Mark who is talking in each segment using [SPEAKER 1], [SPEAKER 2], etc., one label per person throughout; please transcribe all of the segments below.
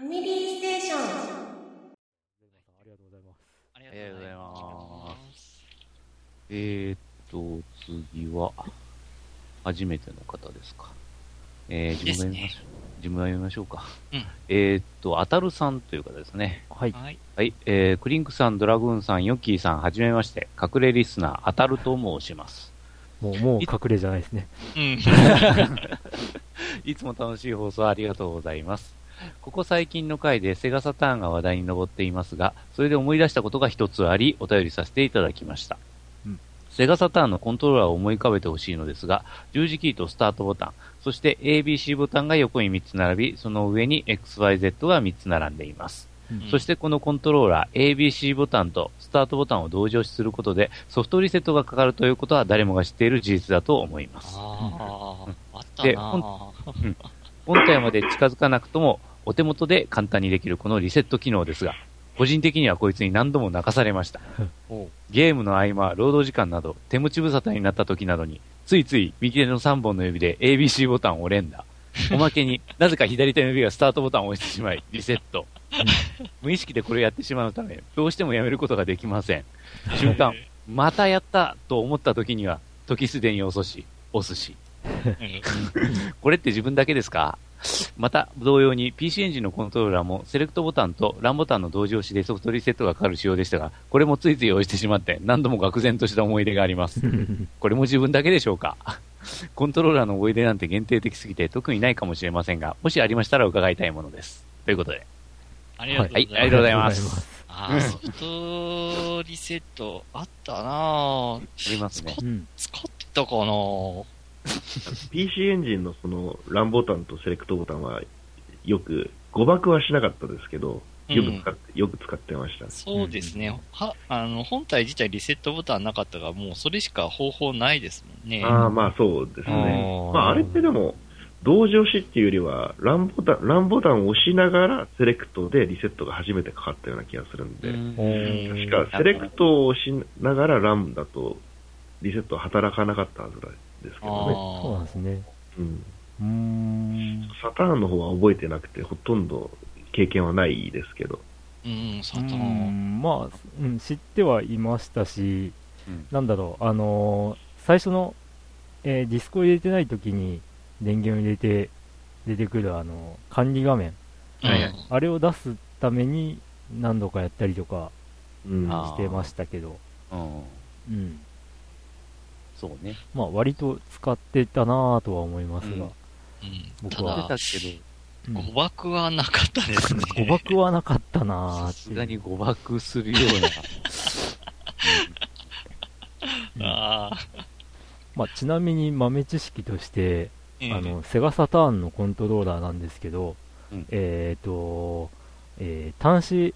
[SPEAKER 1] ミリーステーション。
[SPEAKER 2] ありがとうございます。
[SPEAKER 3] ありがとうございます。
[SPEAKER 4] 次は、初めての方ですか。自分が読みましょう。自分が読みましょうか。あたるさんという方ですね。
[SPEAKER 2] はい。
[SPEAKER 3] はい。
[SPEAKER 4] はい。クリンクさん、ドラグーンさん、ヨッキーさん、はじめまして。隠れリスナー、あたると申します。
[SPEAKER 2] もう隠れじゃないですね。
[SPEAKER 3] うん。
[SPEAKER 4] いつも楽しい放送ありがとうございます。ここ最近の回でセガサターンが話題に上っていますが、それで思い出したことが一つあり、お便りさせていただきました。セガサターンのコントローラーを思い浮かべてほしいのですが、十字キーとスタートボタン、そして ABC ボタンが横に3つ並び、その上に XYZ が3つ並んでいます。そしてこのコントローラー、ABC ボタンとスタートボタンを同時押しすることで、ソフトリセットがかかるということは誰もが知っている事実だと思います。
[SPEAKER 3] あった
[SPEAKER 4] で、
[SPEAKER 3] な
[SPEAKER 4] 本体まで近づかなくとも、お手元で簡単にできるこのリセット機能ですが、個人的にはこいつに何度も泣かされました。ゲームの合間、労働時間など、手持ち無沙汰になった時などに、ついつい右手の3本の指で ABC ボタンを連打。おまけになぜか左手の指がスタートボタンを押してしまい、リセット。無意識でこれをやってしまうため、どうしてもやめることができません。瞬間、またやったと思った時には、時すでに遅し、押すし。これって自分だけですか？また、同様に PC エンジンのコントローラーもセレクトボタンとランボタンの同時押しでソフトリセットがかかる仕様でしたが、これもついつい押してしまって何度も愕然とした思い出があります。これも自分だけでしょうか？コントローラーの思い出なんて限定的すぎて特にないかもしれませんが、もしありましたら伺いたいものです。ということで。
[SPEAKER 3] ありがとうございます。
[SPEAKER 4] はい、ありがとうございます。
[SPEAKER 3] ソフトリセットあったなぁ。
[SPEAKER 4] ありますね。
[SPEAKER 3] 使ってたかなぁ。
[SPEAKER 5] PC エンジンのそのランボタンとセレクトボタンはよく誤爆はしなかったですけど、よく使ってましたね。
[SPEAKER 3] そうですね。本体自体リセットボタンなかったが、もうそれしか方法ないですもんね。
[SPEAKER 5] まあそうですね。あれってでも、同時押しっていうよりは、ランボタンを押しながらセレクトでリセットが初めてかかったような気がするんで、確かセレクトを押しながらランだとリセットは働かなかったはずですけどね。
[SPEAKER 2] そうなんですね。
[SPEAKER 5] サターンの方は覚えてなくて、ほとんど経験はないですけど。
[SPEAKER 3] サターン。
[SPEAKER 2] まあ、知ってはいましたし、なんだろう、最初の、ディスクを入れてない時に電源を入れて出てくる管理画面、あれを出すために何度かやったりとかしてましたけど、
[SPEAKER 4] そうね。
[SPEAKER 2] まあ割と使ってたなぁとは思いますが、僕は。
[SPEAKER 4] ただけど、
[SPEAKER 3] 誤爆はなかったですね。
[SPEAKER 2] 誤爆はなかったなぁ。
[SPEAKER 4] さすがに誤爆するよう
[SPEAKER 2] な。まあちなみに豆知識として、セガサターンのコントローラーなんですけど、端子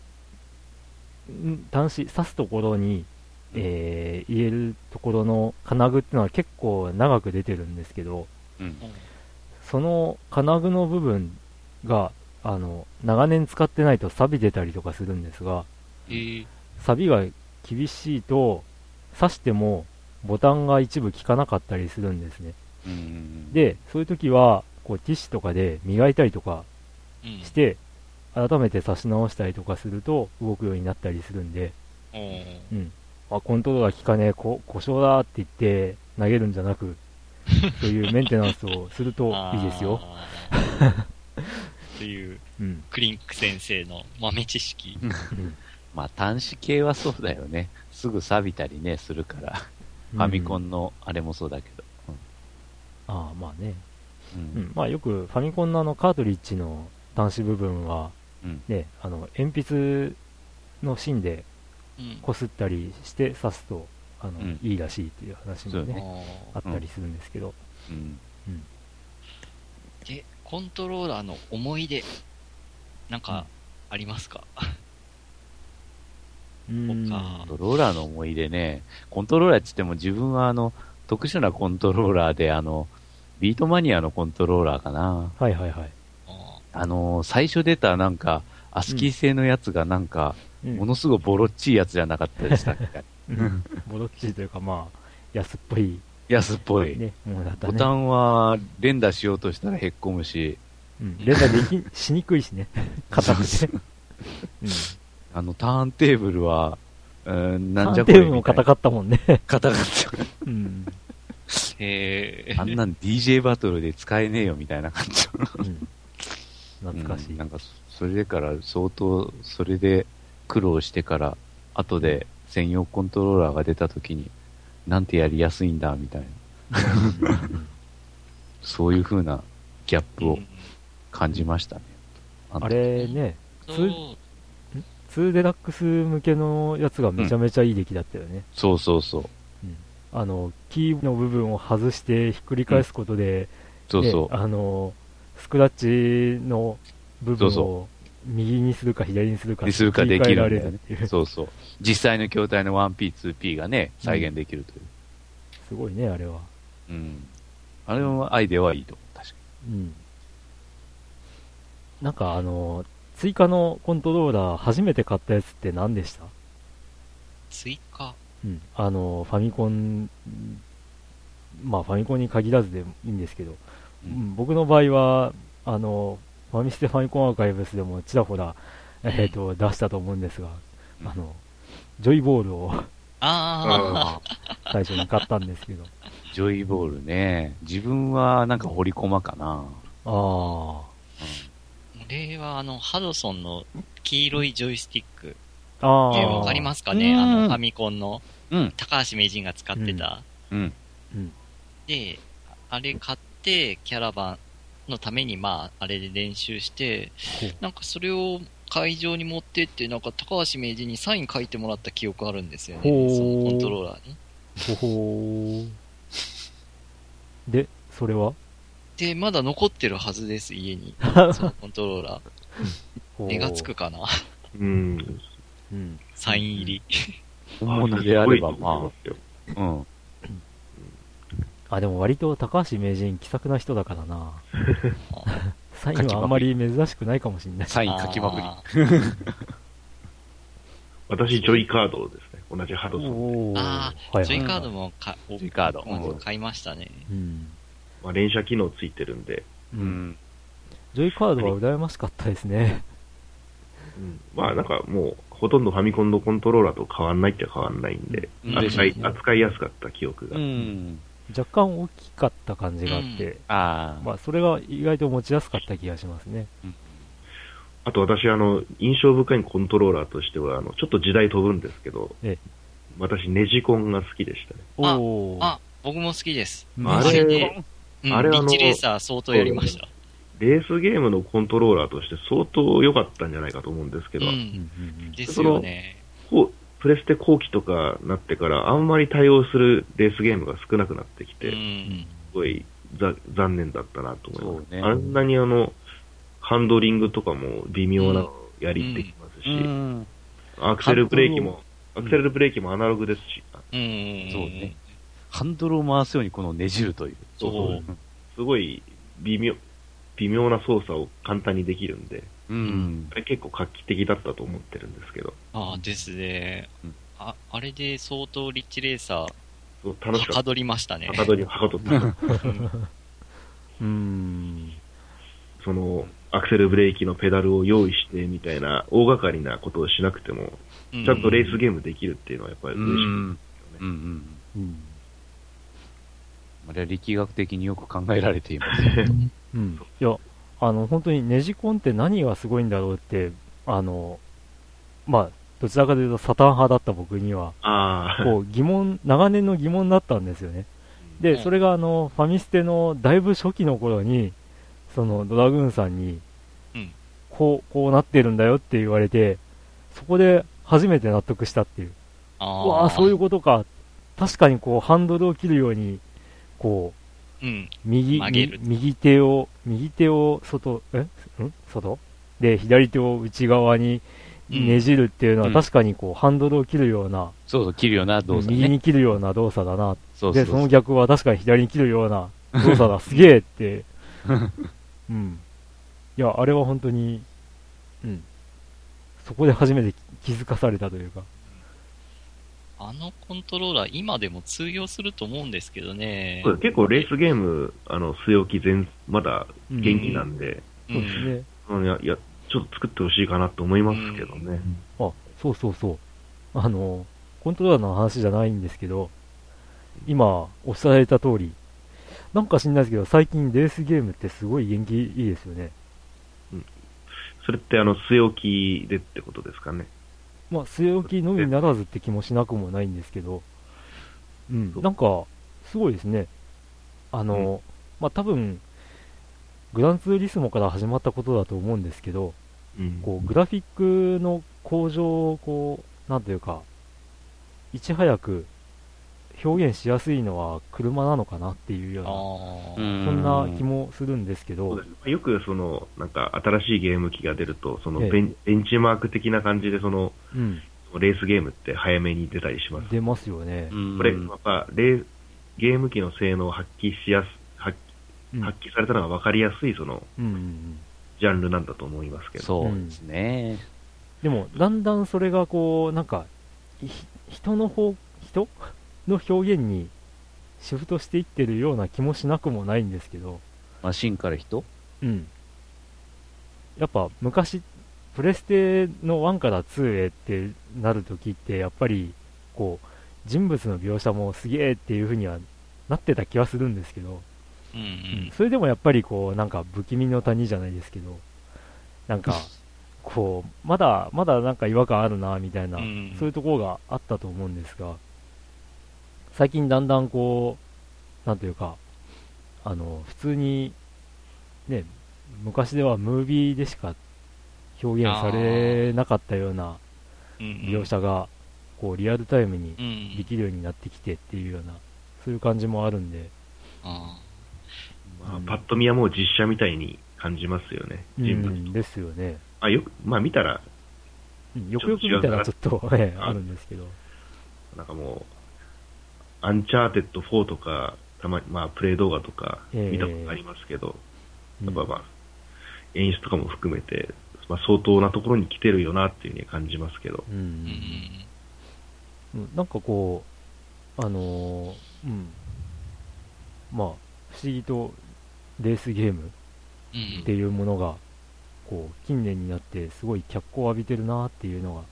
[SPEAKER 2] 刺すところに、入れるところの金具っていうのは結構長く出てるんですけど、その金具の部分が長年使ってないと錆びてたりとかするんですが、錆が厳しいと刺してもボタンが一部効かなかったりするんですね。で、そういう時はこうティッシュとかで磨いたりとかして、改めて刺し直したりとかすると動くようになったりするんで、コントローラー効かねえ、故障だって言って投げるんじゃなく、そういうメンテナンスをするといいですよ。
[SPEAKER 3] という、クリンク先生の豆知識。
[SPEAKER 4] まあ端子系はそうだよね。すぐ錆びたりね、するから。ファミコンのあれもそうだけど。
[SPEAKER 2] まあね。まあよくファミコンのカートリッジの端子部分は、ね、鉛筆の芯でこすったりして刺すといいらしいっていう話もね、あったりするんですけど。
[SPEAKER 3] で、コントローラーの思い出、なんかありますか？
[SPEAKER 4] コントローラーの思い出ね、コントローラーって言っても自分は特殊なコントローラーでビートマニアのコントローラーかな。
[SPEAKER 2] はいはいはい。
[SPEAKER 4] 最初出たなんか、アスキー製のやつがなんか、ものすごいボロっちいやつじゃなかったでしたっけ？
[SPEAKER 2] ボロっちいというかまあ、安っぽい。
[SPEAKER 4] 安っぽい。
[SPEAKER 2] ね、もうだったね。
[SPEAKER 4] ボタンは連打しようとしたらへっこむし、
[SPEAKER 2] 連打しにくいしね。硬くて。
[SPEAKER 4] ターンテーブルは、なんじゃこれみたいな。
[SPEAKER 2] ターンテーブルも硬かったもんね。
[SPEAKER 4] 硬かった。あんなん DJ バトルで使えねえよみたいな感じ。
[SPEAKER 2] 懐かしい。
[SPEAKER 4] なんか、それから相当、それで苦労してから、後で専用コントローラーが出た時に、なんてやりやすいんだ、みたいな。そういう風なギャップを感じましたね。
[SPEAKER 2] あれね、2デラックス向けのやつがめちゃめちゃいい出来だったよね。
[SPEAKER 4] そうそうそう。
[SPEAKER 2] キーの部分を外してひっくり返すことで、
[SPEAKER 4] そうそう。
[SPEAKER 2] スクラッチの部分を右にするか左にするか
[SPEAKER 4] できるんだよね。そうそう。実際の筐体の 1P、2P がね、再現できるという。
[SPEAKER 2] すごいね、あれは。
[SPEAKER 4] あれのアイデアはいいと思う、確かに。
[SPEAKER 2] なんか追加のコントローラー初めて買ったやつって何でした？
[SPEAKER 3] 追加？
[SPEAKER 2] ファミコン、まあファミコンに限らずでもいいんですけど、僕の場合は、ファミステファミコンアーカイブスでもちらほら、出したと思うんですが、ジョイボールを最初に買ったんですけど。
[SPEAKER 4] ジョイボールね。自分はなんか掘り駒かな。
[SPEAKER 3] 俺はハドソンの黄色いジョイスティック。わかりますかね？ファミコンの、高橋名人が使ってた。で、あれ買って、キャラバンのために、あれで練習して、なんかそれを会場に持ってって、なんか高橋名人にサイン書いてもらった記憶あるんですよね。そのコントローラーに。
[SPEAKER 2] で、それは？
[SPEAKER 3] で、まだ残ってるはずです、家に。そのコントローラー。値がつくかな。サイン入り。
[SPEAKER 4] 本物であれば、
[SPEAKER 2] でも割と高橋名人気さくな人だからな。サインはあんまり珍しくないかもしれない。
[SPEAKER 4] サイン書きまくり。
[SPEAKER 5] 私、ジョイカードですね。同じハドソ
[SPEAKER 3] ンで。ジョイカードも買いましたね。
[SPEAKER 5] 連射機能ついてるんで。
[SPEAKER 2] ジョイカードは羨ましかったですね。
[SPEAKER 5] なんかもう、ほとんどファミコンのコントローラーと変わんないって変わんないんで、扱いやすかった記憶が。
[SPEAKER 2] 若干大きかった感じがあって、それが意外と持ちやすかった気がしますね。
[SPEAKER 5] あと私、印象深いコントローラーとしては、ちょっと時代飛ぶんですけど、私、ネジコンが好きでしたね。
[SPEAKER 3] 僕も好きです。
[SPEAKER 5] あれ、リ
[SPEAKER 3] ッチレーサー相当やりました。
[SPEAKER 5] レースゲームのコントローラーとして相当良かったんじゃないかと思うんですけど、
[SPEAKER 3] ですよね。
[SPEAKER 5] プレステ後期とかなってからあんまり対応するレースゲームが少なくなってきて、すごい残念だったなと思います。あんなにハンドリングとかも微妙なやりできますし、アクセルブレーキもアナログですし、
[SPEAKER 4] そうね。ハンドルを回すようにこのねじるという。
[SPEAKER 5] すごい微妙な操作を簡単にできるんで、あれ結構画期的だったと思ってるんですけど。
[SPEAKER 3] ですね。あれで相当リッチレーサー、
[SPEAKER 5] 楽しかった。
[SPEAKER 3] はかどりましたね。
[SPEAKER 5] はかどった。その、アクセルブレーキのペダルを用意してみたいな大掛かりなことをしなくても、ちゃんとレースゲームできるっていうのはやっぱり嬉しいですよね。
[SPEAKER 4] あれは力学的によく考えられています。
[SPEAKER 2] いや、本当にネジコンって何がすごいんだろうって、どちらかというとサタン派だった僕には、長年の疑問だったんですよね。で、それがファミステのだいぶ初期の頃に、そのドラグーンさんに、こうなってるんだよって言われて、そこで初めて納得したっていう。そういうことか。確かにハンドルを切るように、右手を外で、左手を内側にねじるっていうのは確かにハンドルを切るような、
[SPEAKER 4] 切るような動作、
[SPEAKER 2] 右に切るような動作だな。で、その逆は確かに左に切るような動作だ。すげえって。いや、あれは本当に、そこで初めて気づかされたというか。
[SPEAKER 3] あのコントローラー、今でも通用すると思うんですけどね。
[SPEAKER 5] 結構レースゲーム、据え置きまだ元気なんで、
[SPEAKER 2] そうですね。
[SPEAKER 5] いや、ちょっと作ってほしいかなと思いますけどね。
[SPEAKER 2] あ、そうそうそう。コントローラーの話じゃないんですけど、今、おっしゃられた通り、なんか知んないですけど、最近レースゲームってすごい元気いいですよね。
[SPEAKER 5] うん。それって据え置きでってことですかね。
[SPEAKER 2] まあ、据え置きのみならずって気もしなくもないんですけど、うん、なんか、すごいですね。まあ、多分、グランツーリスモから始まったことだと思うんですけど、こうグラフィックの向上をこう、なんというか、いち早く表現しやすいのは車なのかなっていうような、そんな気もするんですけど、
[SPEAKER 5] よくなんか新しいゲーム機が出ると、ベンチマーク的な感じでレースゲームって早めに出たりします。
[SPEAKER 2] 出ますよね。
[SPEAKER 5] これ、やっぱゲーム機の性能を発揮されたのが分かりやすいジャンルなんだと思いますけど。
[SPEAKER 4] そうですね。
[SPEAKER 2] でも、だんだんそれがこう、なんか、人の表現にシフトしていってるような気もしなくもないんですけど。
[SPEAKER 4] マシンから人？
[SPEAKER 2] うん。やっぱ昔、プレステの1から2へってなるときって、やっぱり、こう、人物の描写もすげえっていう風にはなってた気はするんですけど、それでもやっぱりこう、なんか不気味の谷じゃないですけど、なんか、こう、まだなんか違和感あるな、みたいな、そういうところがあったと思うんですが、最近だんだんこう、なんというか、普通に、ね、昔ではムービーでしか表現されなかったような描写が、こう、リアルタイムにできるようになってきてっていうような、そういう感じもあるんで。
[SPEAKER 5] まあ、パッと見はもう実写みたいに感じますよね、人物。
[SPEAKER 2] ですよね。
[SPEAKER 5] まあ見たら、
[SPEAKER 2] よくよく見たらちょっと、あるんですけど。
[SPEAKER 5] なんかもう、アンチャーテッド4とか、まあ、プレイ動画とか見たことありますけど、やっぱまあ、演出とかも含めて、まあ、相当なところに来てるよなっていうふうに感じますけど。
[SPEAKER 2] なんかこう、まあ、不思議とレースゲームっていうものが、こう、近年になってすごい脚光を浴びてるなっていうのが、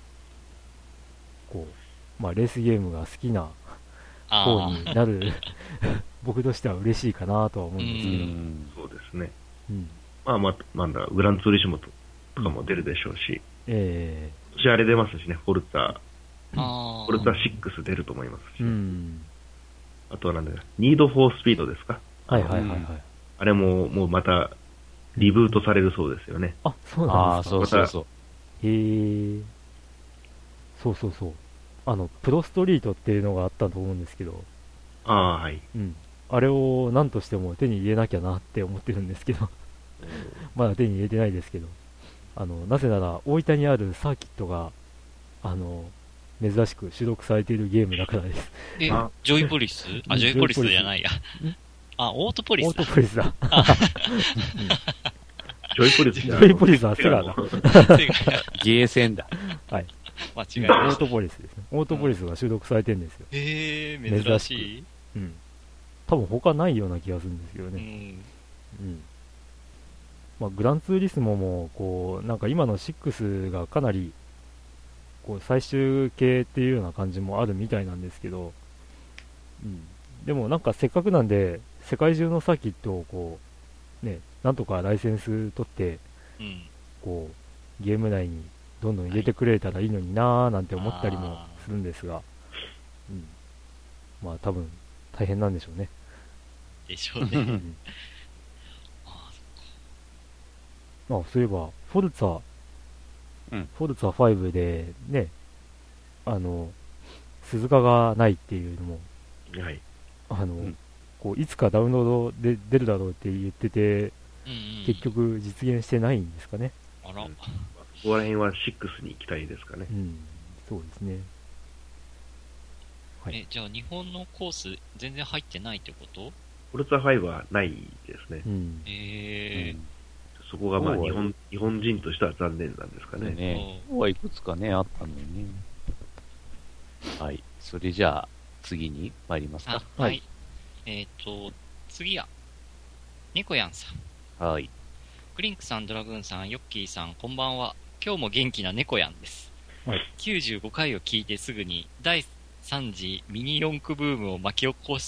[SPEAKER 2] こう、まあ、レースゲームが好きな方になる僕としては嬉しいかなとは思うんですけ
[SPEAKER 5] ど。そうですね。まだグランツーリスモとかも出るでしょうし、今年あれ出ますしね、フォルツァ6出ると思いますし、あとはなんだよ、ニードフォースピードですか。あれももうまたリブートされるそうですよね。
[SPEAKER 2] あ、そうなんですか。
[SPEAKER 4] そうそう。
[SPEAKER 2] そうそうそう。プロストリートっていうのがあったと思うんですけど。
[SPEAKER 5] はい。
[SPEAKER 2] あれを何としても手に入れなきゃなって思ってるんですけど。まだ手に入れてないですけど。なぜなら、大分にあるサーキットが、珍しく収録されているゲームだからです。
[SPEAKER 3] ジョイポリス？ジョイポリスじゃないや。オートポリスだ。
[SPEAKER 2] オートポリスだ。
[SPEAKER 5] ジョイポリス
[SPEAKER 2] ジョイポリスはセガだ。
[SPEAKER 4] ゲーセンだ。
[SPEAKER 2] はい。
[SPEAKER 3] 間違えま
[SPEAKER 2] した。オートポリスですね。オートポリスが収録されてるんですよ。
[SPEAKER 3] 珍しい。
[SPEAKER 2] 多分他ないような気がするんですけどね。まあ、グランツーリスモも、こう、なんか今の6がかなり、こう、最終形っていうような感じもあるみたいなんですけど、でもなんかせっかくなんで、世界中のサーキットをこう、ね、なんとかライセンス取って、こう、ゲーム内にどんどん入れてくれたらいいのになーなんて思ったりもするんですが、まあ多分大変なんでしょうね。
[SPEAKER 3] でしょうね。
[SPEAKER 2] そういえば、フォルツァ5でね、鈴鹿がないっていうのも、こういつかダウンロードで出るだろうって言ってて、結局実現してないんですかね。
[SPEAKER 3] あら。
[SPEAKER 5] ここら辺は6に行きたいですかね。
[SPEAKER 2] そうですね。
[SPEAKER 3] じゃあ日本のコース全然入ってないってこと？
[SPEAKER 5] フォルツァ5はないですね。そこがまあ日本人としては残念なんですかね。
[SPEAKER 4] いくつかね、あったのにね。はい。それじゃあ、次に参りますか。
[SPEAKER 3] はい。次は、猫やんさん。
[SPEAKER 4] はい。
[SPEAKER 3] クリンクさん、ドラグーンさん、ヨッキーさん、こんばんは。今日も元気な猫やんです。はい、95回を聞いてすぐに第3次ミニ四駆ブームを巻き起こ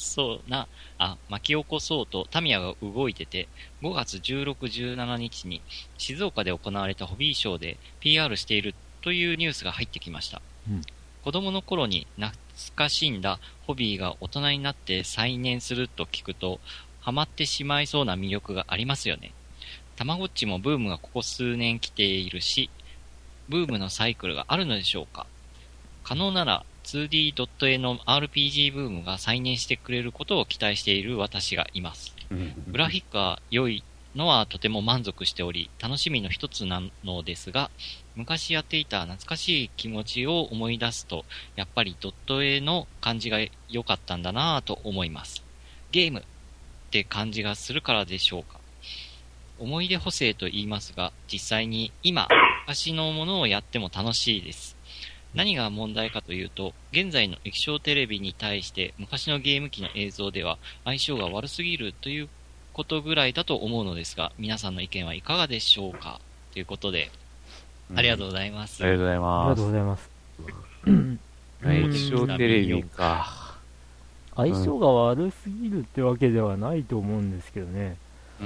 [SPEAKER 3] そうとタミヤが動いてて、5月16、17日に静岡で行われたホビーショーで PR しているというニュースが入ってきました。うん、子供の頃に懐かしんだホビーが大人になって再燃すると聞くと、ハマってしまいそうな魅力がありますよね。たまごっちもブームがここ数年来ているし、ブームのサイクルがあるのでしょうか。可能なら 2D ドット絵の RPG ブームが再燃してくれることを期待している私がいます。グラフィックが良いのはとても満足しており、楽しみの一つなのですが、昔やっていた懐かしい気持ちを思い出すと、やっぱりドット絵の感じが良かったんだなぁと思います。ゲームって感じがするからでしょうか。思い出補正と言いますが、実際に今、昔のものをやっても楽しいです。何が問題かというと、現在の液晶テレビに対して昔のゲーム機の映像では相性が悪すぎるということぐらいだと思うのですが、皆さんの意見はいかがでしょうかということで、ありがとうございます。
[SPEAKER 4] ありがとうございます。
[SPEAKER 2] ありがとうございます。
[SPEAKER 4] 液晶テレビか。
[SPEAKER 2] 相性が悪すぎるってわけではないと思うんですけどね。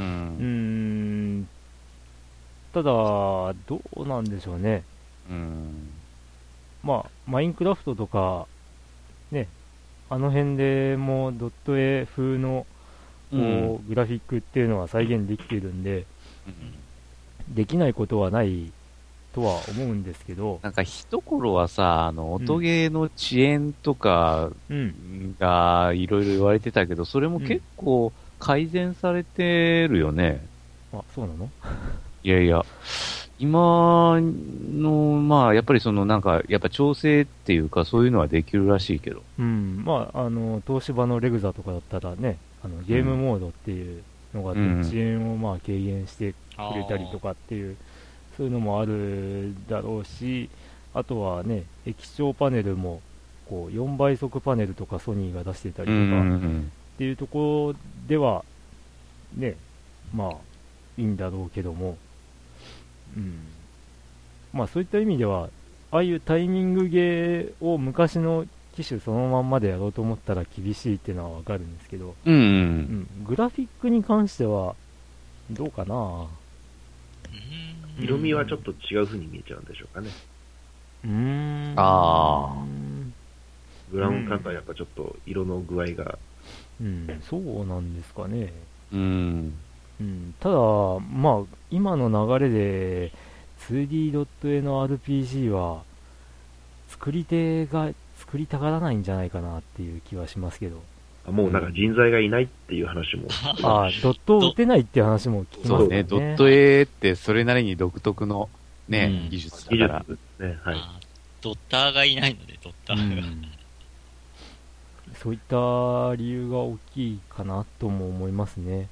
[SPEAKER 2] ただ、どうなんでしょうね。まあ、マインクラフトとか、ね、あの辺でもドット絵風のこう、グラフィックっていうのは再現できてるんで、できないことはないとは思うんですけど、
[SPEAKER 4] なんか一頃はさ、音ゲーの遅延とかがいろいろ言われてたけど、それも結構改善されてるよね。
[SPEAKER 2] あ、そうなの？
[SPEAKER 4] いやいや、今の、まあ、やっぱりなんか、やっぱ調整っていうか、そういうのはできるらしいけど。
[SPEAKER 2] まあ、東芝のレグザとかだったらね、ゲームモードっていうのがあって、遅延をまあ軽減してくれたりとかっていう、そういうのもあるだろうし、あとはね、液晶パネルも、こう、4倍速パネルとかソニーが出してたりとか、っていうところでは、ね、まあ、いいんだろうけども、まあそういった意味では、ああいうタイミングゲーを昔の機種そのまんまでやろうと思ったら厳しいっていうのはわかるんですけど、グラフィックに関しては、どうかな。
[SPEAKER 5] 色味はちょっと違う風に見えちゃうんでしょうかね。ブラウン管がやっぱちょっと色の具合が。
[SPEAKER 2] そうなんですかね。ただ、まあ、今の流れで 2D ドット絵の RPG は作り手が作りたがらないんじゃないかなっていう気はしますけど。
[SPEAKER 5] もうなんか人材がいないっていう話も。
[SPEAKER 2] ドットを打てないっていう話も聞きますね。そうね、
[SPEAKER 4] ドット絵ってそれなりに独特のね、技術だから。
[SPEAKER 5] ね、はい。
[SPEAKER 3] ドッターがいないので、ドッターが。
[SPEAKER 2] そういった理由が大きいかなとも思いますね。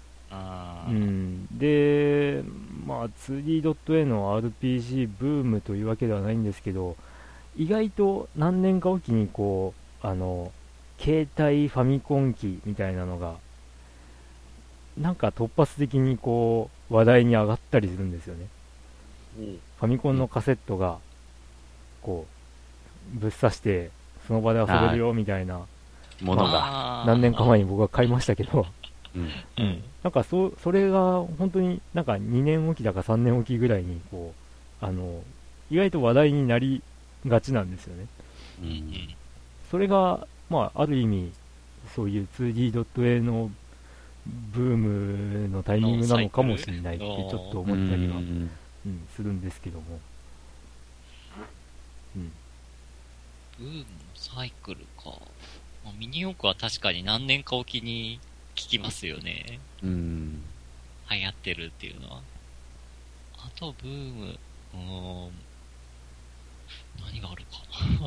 [SPEAKER 2] で、まあ、2D ドット絵の RPG ブームというわけではないんですけど、意外と何年かおきにこう、携帯ファミコン機みたいなのが、なんか突発的にこう、話題に上がったりするんですよね。ファミコンのカセットが、こう、ぶっ刺して、その場で遊べるよみたいな
[SPEAKER 4] もの
[SPEAKER 2] が、何年か前に僕は買いましたけど、なんかそれが本当になんか2年おきだか3年おきぐらいにこう意外と話題になりがちなんですよね。それがまあある意味そういう 2D ドット絵のブームのタイミングなのかもしれないってちょっと思ったりはするんですけども。
[SPEAKER 3] ブームのサイクルか。ミニ四駆は確かに何年かおきに聞きますよね。流行ってるっていうのは。あとブーム、何があるか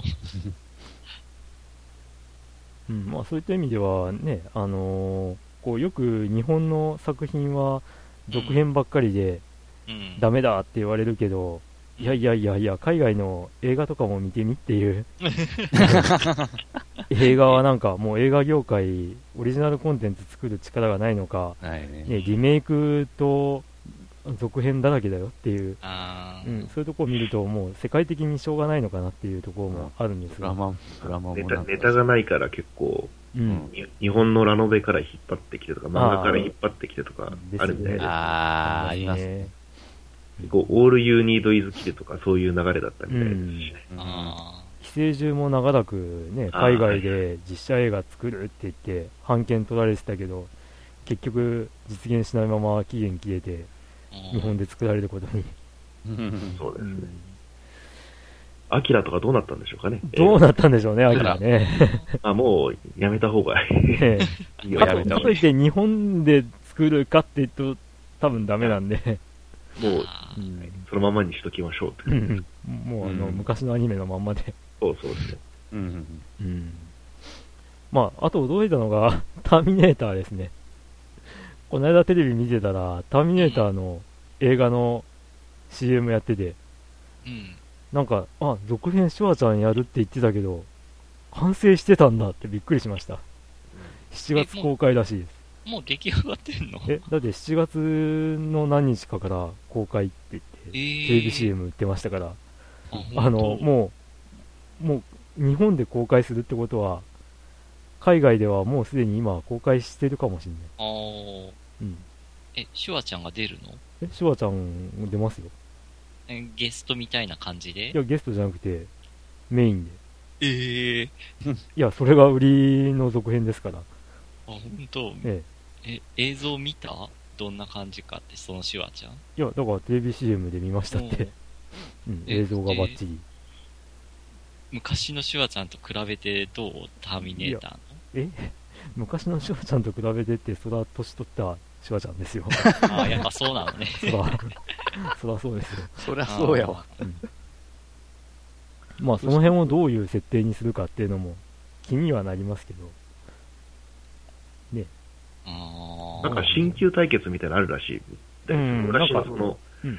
[SPEAKER 2] な。まあそういった意味ではね、こうよく日本の作品は続編ばっかりでダメだって言われるけど、いや、海外の映画とかも見てみっていう映画はなんかもう映画業界オリジナルコンテンツ作る力がないのか、リメイクと続編だらけだよっていう、そういうところを見ると、もう世界的にしょうがないのかなっていうところもあるんですが。
[SPEAKER 5] ネタがないから結構、日本のラノベから引っ張ってきてとか、漫画から引っ張ってきてとか、あるんで。
[SPEAKER 4] ありますね。
[SPEAKER 5] オールユーニードイズキルとかそういう流れだったみたいですしね。
[SPEAKER 2] 寄生獣も長らくね、海外で実写映画作るって言って、版権取られてたけど、結局実現しないまま期限切れて、日本で作られることに。
[SPEAKER 5] そうですね。アキラとかどうなったんでしょうかね。
[SPEAKER 2] どうなったんでしょうね、アキラね。
[SPEAKER 5] もうやめた方がいい。
[SPEAKER 2] かといって日本で作るかって言うと多分ダメなんで。
[SPEAKER 5] もう、そのままにしときましょうって。
[SPEAKER 2] もう昔のアニメのまんまで。
[SPEAKER 5] そうですね。
[SPEAKER 2] まあ、あと驚いたのが、ターミネーターですね。この間テレビ見てたら、ターミネーターの映画の CM やってて、なんか、続編シュワちゃんやるって言ってたけど、完成してたんだってびっくりしました。7月公開らしいです。
[SPEAKER 3] もう出来上がってんの？
[SPEAKER 2] だって7月の何日かから公開って言って、テレビ CM 売ってましたから、もう、日本で公開するってことは、海外ではもうすでに今公開してるかもしれない。
[SPEAKER 3] シュワちゃんが出るの？
[SPEAKER 2] シュワちゃん出ますよ。
[SPEAKER 3] ゲストみたいな感じで？
[SPEAKER 2] いや、ゲストじゃなくて、メインで。
[SPEAKER 3] い
[SPEAKER 2] や、それが売りの続編ですから。
[SPEAKER 3] ほんと？映像見た？どんな感じかって、そのシュワちゃん？い
[SPEAKER 2] や、だからテレビ CM で見ましたって。映像がバッチリ。
[SPEAKER 3] 昔のシュワちゃんと比べてどう？ターミネーターの。
[SPEAKER 2] 昔のシュワちゃんと比べてって、そら年取ったシュワちゃんですよ。
[SPEAKER 3] やっぱそうなのね。
[SPEAKER 2] そらそうですよ。
[SPEAKER 4] そりゃそうやわ。
[SPEAKER 2] まあ、その辺をどういう設定にするかっていうのも気にはなりますけど。ね。
[SPEAKER 5] なんか新旧対決みたいなのあるらしい。昔の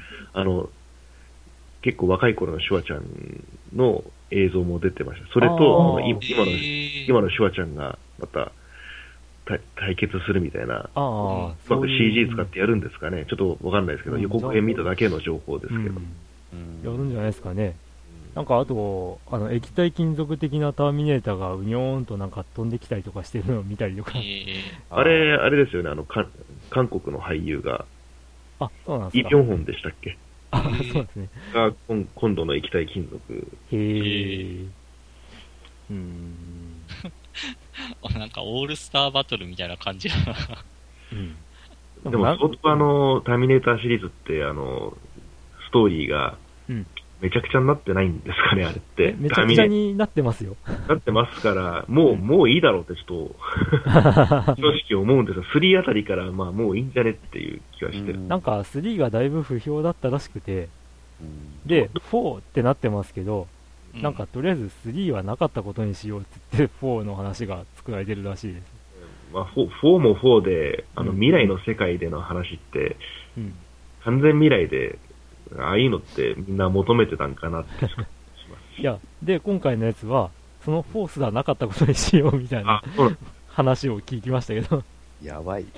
[SPEAKER 5] 結構若い頃のシュワちゃんの映像も出てました。それと、今のシュワちゃんがまた対決するみたいな、うまく CG 使ってやるんですかね。ちょっとわかんないですけど、予告編見ただけの情報ですけど。
[SPEAKER 2] やるんじゃないですかね。なんかあと、液体金属的なターミネーターがうにょーんとなんか飛んできたりとかしてるのを見たりとか。
[SPEAKER 5] あれですよね、韓国の俳優が、
[SPEAKER 2] そうなんですか。
[SPEAKER 5] イ・ビョンホンでしたっけ？
[SPEAKER 2] そうですね。
[SPEAKER 5] が、今度の液体金属。
[SPEAKER 3] なんかオールスターバトルみたいな感じだな。
[SPEAKER 5] でも、相当ターミネーターシリーズって、ストーリーが、めちゃくちゃになってないんですかね、あれって。
[SPEAKER 2] めちゃくちゃになってますよ。
[SPEAKER 5] なってますから、もういいだろうってちょっと、正直思うんですよ。3あたりから、もういいんじゃねっていう気がしてる。
[SPEAKER 2] なんか3がだいぶ不評だったらしくて、で、4ってなってますけど、なんかとりあえず3はなかったことにしようって言って4の話が作られてるらしいです。
[SPEAKER 5] 4も4で、未来の世界での話って、完全未来で、ああいうのってみんな求めてたんかなってします。
[SPEAKER 2] いや、で、今回のやつは、その4すらなかったことにしようみたいな話を聞きましたけど。
[SPEAKER 4] やばい。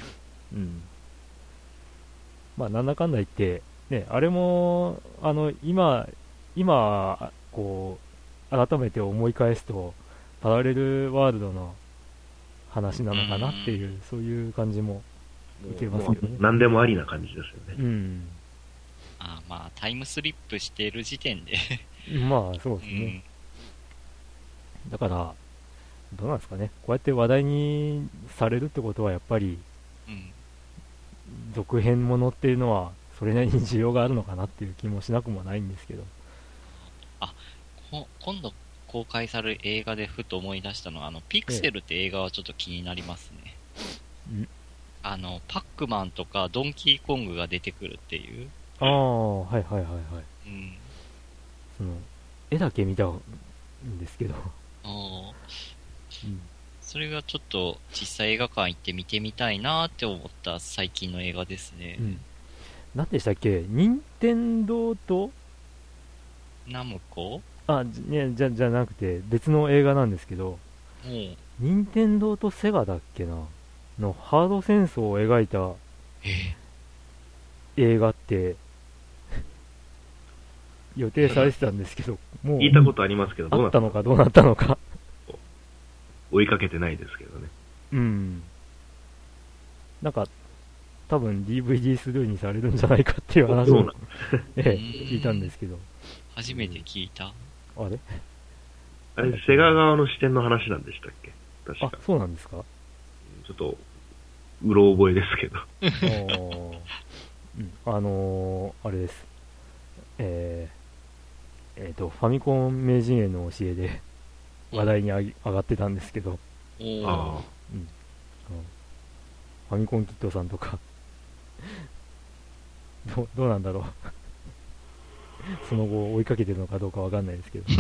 [SPEAKER 2] まあ、なんだかんだ言って、ね、あれも、今、こう、改めて思い返すと、パラレルワールドの話なのかなっていう、そういう感じも受けますよね。
[SPEAKER 5] 何でもありな感じですよね。
[SPEAKER 3] まあ、タイムスリップしている時点で
[SPEAKER 2] まあ、そうですね。だから、どうなんですかね。こうやって話題にされるってことは、やっぱり、続編ものっていうのは、それなりに需要があるのかなっていう気もしなくもないんですけど。
[SPEAKER 3] 今度公開される映画でふと思い出したのは、ピクセルって映画はちょっと気になりますね。パックマンとかドンキーコングが出てくるっていう。
[SPEAKER 2] はい。その、絵だけ見たんですけど。
[SPEAKER 3] それがちょっと実際映画館行って見てみたいなって思った最近の映画ですね。
[SPEAKER 2] 何でしたっけ？任天堂と
[SPEAKER 3] ナムコ？
[SPEAKER 2] じゃなくて別の映画なんですけど、任天堂とセガだっけなのハード戦争を描いた映画って予定されてたんですけど、
[SPEAKER 5] もう聞いたことありますけど、
[SPEAKER 2] あったのかどうなったのか
[SPEAKER 5] 追いかけてないですけどね。
[SPEAKER 2] うん。なんか多分 DVD スルーにされるんじゃないかっていう話を聞いたんですけど。
[SPEAKER 3] 初めて聞いた。
[SPEAKER 2] あれ
[SPEAKER 5] セガ側の視点の話なんでしたっけ？確か。
[SPEAKER 2] あ、そうなんですか？
[SPEAKER 5] ちょっと、うろ覚えですけど。
[SPEAKER 2] あれです。ファミコン名人への教えで話題に上がってたんですけど、ファミコンキットさんとかどうなんだろうその後追いかけてるのかどうかわかんないですけど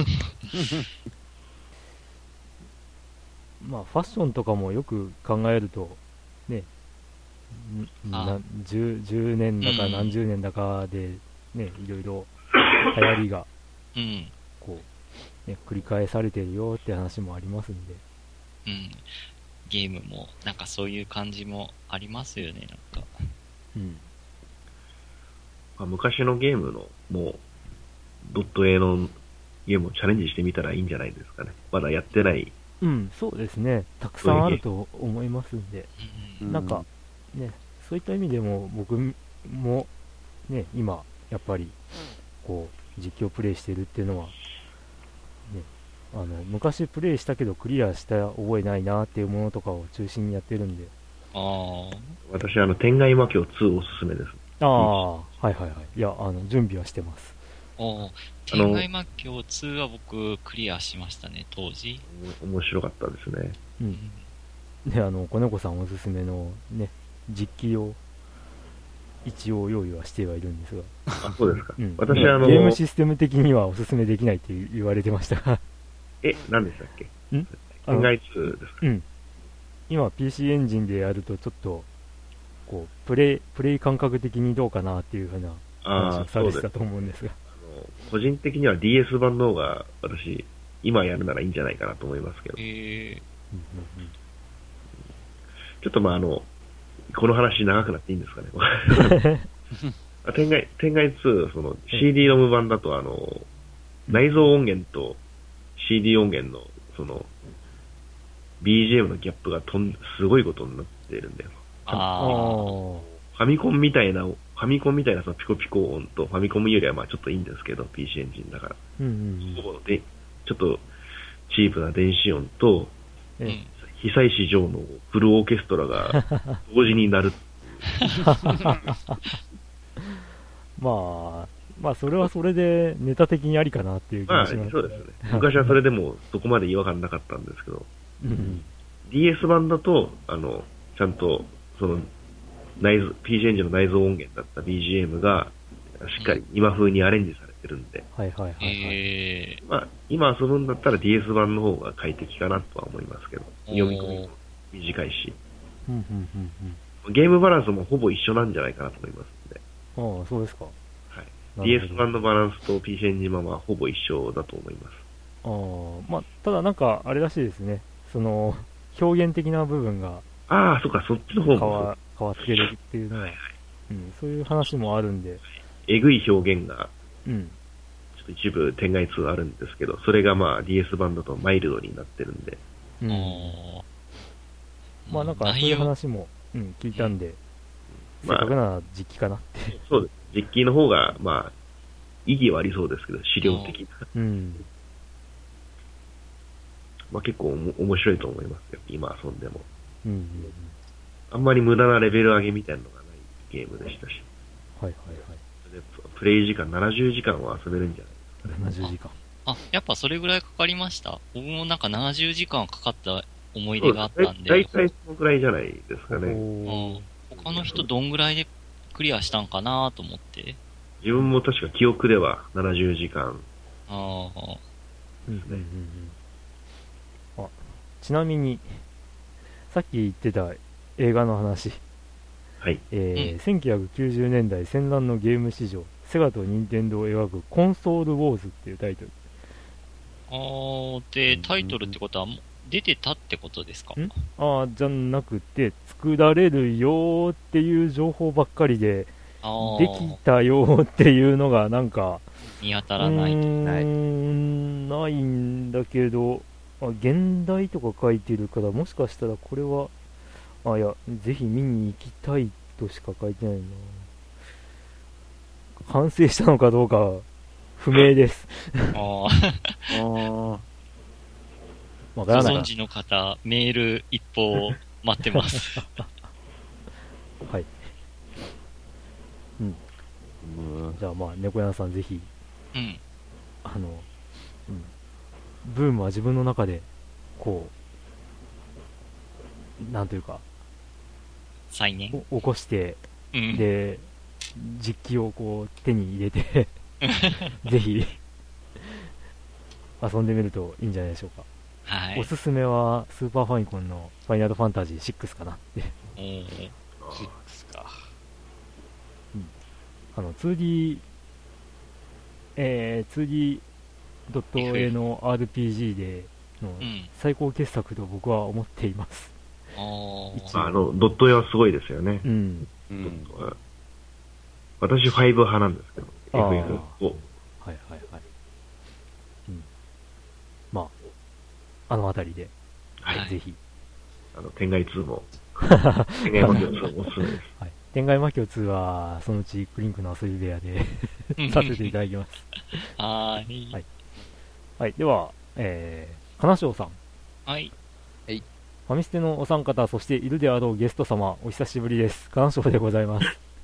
[SPEAKER 2] まあファッションとかもよく考えるとね、10年だか何十年だかでね、いろいろ流行りがこう、ね、繰り返されてるよって話もありますんで、
[SPEAKER 3] ゲームもなんかそういう感じもありますよね、なんか。
[SPEAKER 5] 昔のゲームのもうドット A のゲームをチャレンジしてみたらいいんじゃないですかね。まだやってない。
[SPEAKER 2] そうですね。たくさんあると思いますんで、なんかね、そういった意味でも僕もね、今やっぱりこう実況プレイしてるっていうのは、ね、昔プレイしたけどクリアした覚えないなっていうものとかを中心にやってるんで。
[SPEAKER 5] 私天外魔境2おすすめです。
[SPEAKER 2] はいはいはい。いや、準備はしてます。
[SPEAKER 3] 天外魔境2は僕クリアしましたね、当時。
[SPEAKER 5] 面白かったですね。
[SPEAKER 2] で、子猫さんおすすめのね、実機を一応用意はしてはいるんです
[SPEAKER 5] が。そうですか。私
[SPEAKER 2] ゲームシステム的にはおすすめできないって言われてましたが。
[SPEAKER 5] 何でしたっけ？天外2ですか？
[SPEAKER 2] 今 PC エンジンでやるとちょっと、こう、プレイ感覚的にどうかなっていうふうな話をされてたと思うんですが。
[SPEAKER 5] 個人的には DS 版の方が私、今やるならいいんじゃないかなと思いますけど。ちょっとこの話長くなっていいんですかね。天外2、CD ロム版だと内蔵音源と CD 音源のBGM のギャップがすごいことになってるんだよ。ファミコンみたいなそのピコピコ音と、ファミコンよりはちょっといいんですけど、PC エンジンだから。で、ちょっとチープな電子音と、久石譲のフルオーケストラが同時になる。
[SPEAKER 2] まあ、それはそれでネタ的にありかなっていう気がします。
[SPEAKER 5] そうですね。昔はそれでもそこまで違和感なかったんですけど、DS 版だと、ちゃんと、PC エンジンの内蔵音源だった BGM が、しっかり今風にアレンジされてるんで。今遊ぶんだったら DS 版の方が快適かなとは思いますけど、読み込みも短いし。ゲームバランスもほぼ一緒なんじゃないかなと思います
[SPEAKER 2] ので。そうですか。
[SPEAKER 5] DS 版のバランスと PC エンジン版はほぼ一緒だと思いま
[SPEAKER 2] す。ただなんか、あれらしいですね。表現的な部分が。
[SPEAKER 5] そっか、そっちの方も。
[SPEAKER 2] 変わってるっていうのは、そういう話もあるんで。
[SPEAKER 5] えぐい表現が、ちょっと一部天外2あるんですけど、それがDS 版だとマイルドになってるんで。
[SPEAKER 2] なんかそういう話も、聞いたんで、せっかくなら実機かなって。
[SPEAKER 5] そうです。実機の方が、意義はありそうですけど、資料的な。結構面白いと思いますよ、今遊んでも。あんまり無駄なレベル上げみたいなのがないゲームでしたし。プレイ時間70時間は遊べるんじゃないですかね。
[SPEAKER 2] 70時間。
[SPEAKER 3] やっぱそれぐらいかかりました。僕もなんか70時間かかった思い出があったんで。
[SPEAKER 5] だいたいそのぐらいじゃないですかね。
[SPEAKER 3] 他の人どんぐらいでクリアしたんかなと思って。
[SPEAKER 5] 自分も確か記憶では70時間。
[SPEAKER 2] ちなみに、さっき言ってた映画の話。1990年代戦乱のゲーム史上、セガと任天堂を描くコンソールウォーズっていうタイトル。
[SPEAKER 3] で、タイトルってことは出てたってことですか？
[SPEAKER 2] じゃなくて、作られるよっていう情報ばっかりで、 できたよっていうのがなんか、
[SPEAKER 3] 見当たらない。
[SPEAKER 2] ないんだけど、現代とか書いてるから、もしかしたらこれは、いや、ぜひ見に行きたいとしか書いてないな。完成したのかどうか、不明です。
[SPEAKER 3] わ
[SPEAKER 2] からない。
[SPEAKER 3] ご存知の方、メール一報待ってます。
[SPEAKER 2] はい。じゃあ猫屋さんぜひ、ブームは自分の中で、こう、なんというか、
[SPEAKER 3] 再燃
[SPEAKER 2] 起こして、で、実機をこう手に入れてぜひ遊んでみるといいんじゃないでしょうか。
[SPEAKER 3] はい。
[SPEAKER 2] おすすめはスーパーファミコンのファイナルファンタジー6かなって。
[SPEAKER 3] 6か。
[SPEAKER 2] 2D ドット絵の RPG での最高傑作と僕は思っています。
[SPEAKER 5] ドット絵はすごいですよね。私5派なんですけど、FF5。はい
[SPEAKER 2] はいはい。あのあたりで、ぜひ。
[SPEAKER 5] 天外2も、天外魔境2もおすすめです。
[SPEAKER 2] 天外魔境2は、そのうちクリンクの遊び部屋でさせていただきます。はい。では、金賞さん。
[SPEAKER 3] はい。
[SPEAKER 2] ファミステのお三方、そしているであろうゲスト様、お久しぶりです。金賞でございます